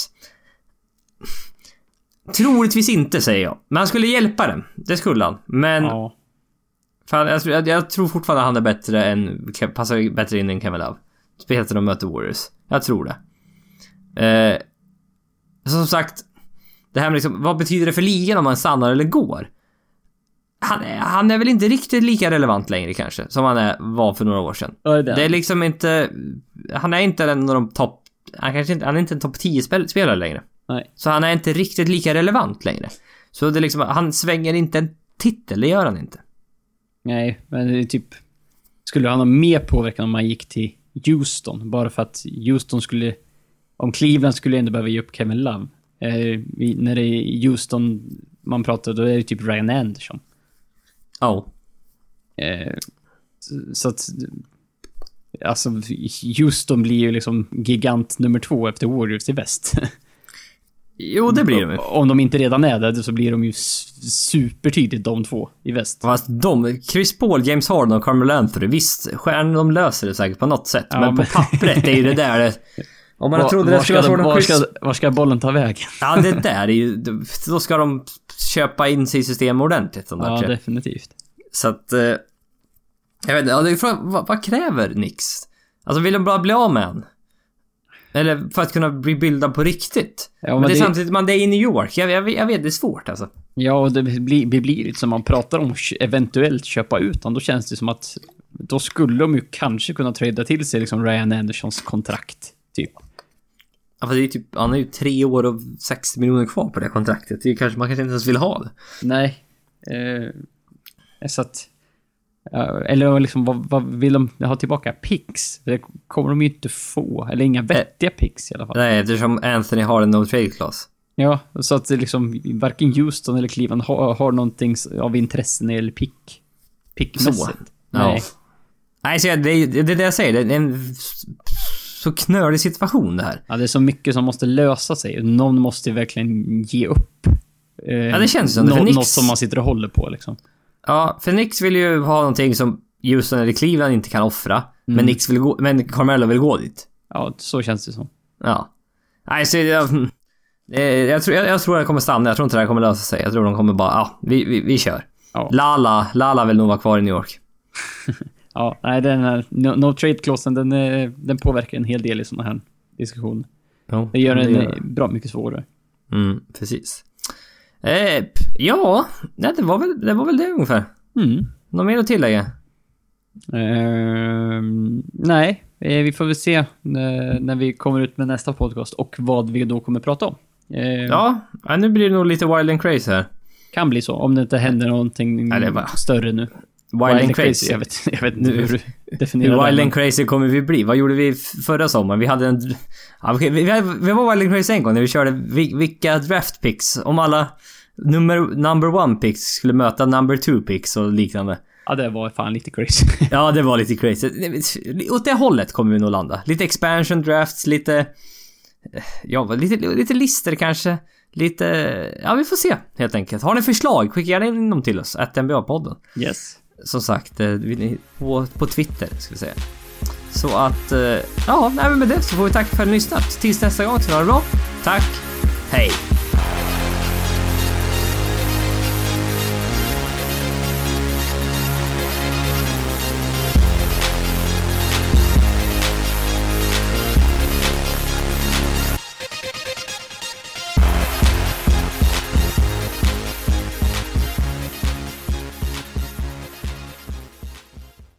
Troligtvis inte, säger jag. Men han skulle hjälpa den. Det skulle han. Men ja. Fan, jag, jag, jag tror fortfarande han är bättre än, passar bättre in än Kevin Love. Speciellt när de möter Warriors. Jag tror det. Eh, som sagt, det här med liksom, vad betyder det för ligan om man stannar eller går? Han är, han är väl inte riktigt lika relevant längre kanske som han är, var för några år sedan. Det. det är liksom inte, han är inte en av de topp, han kanske inte, han är inte en topp tio spel, spelare längre. Nej. Så han är inte riktigt lika relevant längre. Så det är liksom, han svänger inte en titel, det gör han inte. Nej, men det är typ, skulle han ha mer påverkan om man gick till Houston, bara för att Houston skulle, om Cleveland skulle ändå behöva ge upp Kevin Love. Eh, vi, när det är Houston man pratar, då är det typ Ryan Anderson. Ja. Oh. Eh, så, så att alltså Houston blir ju liksom gigant nummer två efter Warriors i väst. Jo, det blir de. Om de inte redan är det så blir de ju supertydligt de två i väst. Fast de, Chris Paul, James Harden och Carmelo Anthony, visst, stjärn, de löser det säkert på något sätt. Ja, men, men på pappret är ju det där det, om man trodde det skulle vara var, ska, var ska bollen ta vägen? Ja, det där är ju, då ska de köpa in sig i system ordentligt. Ja, där. Definitivt. Så att eh, Jag vet inte, ja, det är frågan, vad, vad kräver Knicks? Alltså vill de bara bli av med en? Eller för att kunna bli bildad på riktigt? Ja, men, men det är det... samtidigt, man det är i New York. Jag, jag, jag vet, det är svårt alltså. Ja, och det blir, det blir lite som man pratar om eventuellt köpa ut honom. Då känns det som att då skulle de ju kanske kunna trada till sig liksom Ryan Andersons kontrakt, typ. Ja, för det är typ, han har ju tre år och sextio miljoner kvar på det kontraktet. Det är kanske, man kanske inte ens vill ha det. Nej. Eh, så att... Eller liksom, vad, vad vill de ha tillbaka? Picks? Det kommer de ju inte få. Eller inga vettiga picks i alla fall. Nej, eftersom Anthony har en no trade clause. Ja, så att det liksom varken Houston eller Cleveland har, har någonting av intresse när det gäller pick. Pickmässigt. Nej. Ja. Nej, så det, det, det är det jag säger. Det är en så knölig situation det här. Ja, det är så mycket som måste lösa sig. Någon måste verkligen ge upp. Eh, ja, det känns som det. Nå- Knicks... Något som man sitter och håller på liksom. Ja, för Knicks vill ju ha någonting som Houston eller Cleveland inte kan offra. Mm. Men Knicks vill gå, men Carmelo vill gå dit. Ja, så känns det som. Ja. Nej, så jag, jag, tror, jag, jag tror det kommer stanna. Jag tror inte det här kommer lösa sig. Jag tror de kommer bara, ja, vi, vi, vi kör. Ja. Lala, Lala vill nog vara kvar i New York. Ja, nej, den här no, no trade-klausen, den, den påverkar en hel del i såna här diskussioner. Ja, det gör den det gör. bra mycket svårare. Mm, precis. Eh, ja, nej, det var väl det var väl det ungefär. Mm. Något mer att tillägga? Uh, nej, vi får väl se när, när vi kommer ut med nästa podcast och vad vi då kommer prata om. Uh, ja, nu blir det nog lite wild and crazy här. Kan bli så, om det inte händer någonting nej, bara... större nu. Wild, wild and crazy. crazy. Jag vet, jag vet inte hur du definierar wild det. and crazy kommer vi bli. Vad gjorde vi förra sommaren? Vi hade en... Ja, vi, vi, vi var wild and crazy en gång när vi körde vilka draft picks. Om alla number, number one picks skulle möta number two picks och liknande. Ja, det var fan lite crazy. Ja, det var lite crazy. Åt det hållet kommer vi nog landa. Lite expansion drafts, lite... Ja, lite, lite lister kanske. Lite... Ja, vi får se helt enkelt. Har ni förslag? Skicka gärna in dem till oss. at N B A-podden. Yes. Som sagt, på, på Twitter ska vi säga. Så att, ja, nej, men med det så får vi tacka för att ni lyssnat. Tills nästa gång, så ha det bra. Tack, hej!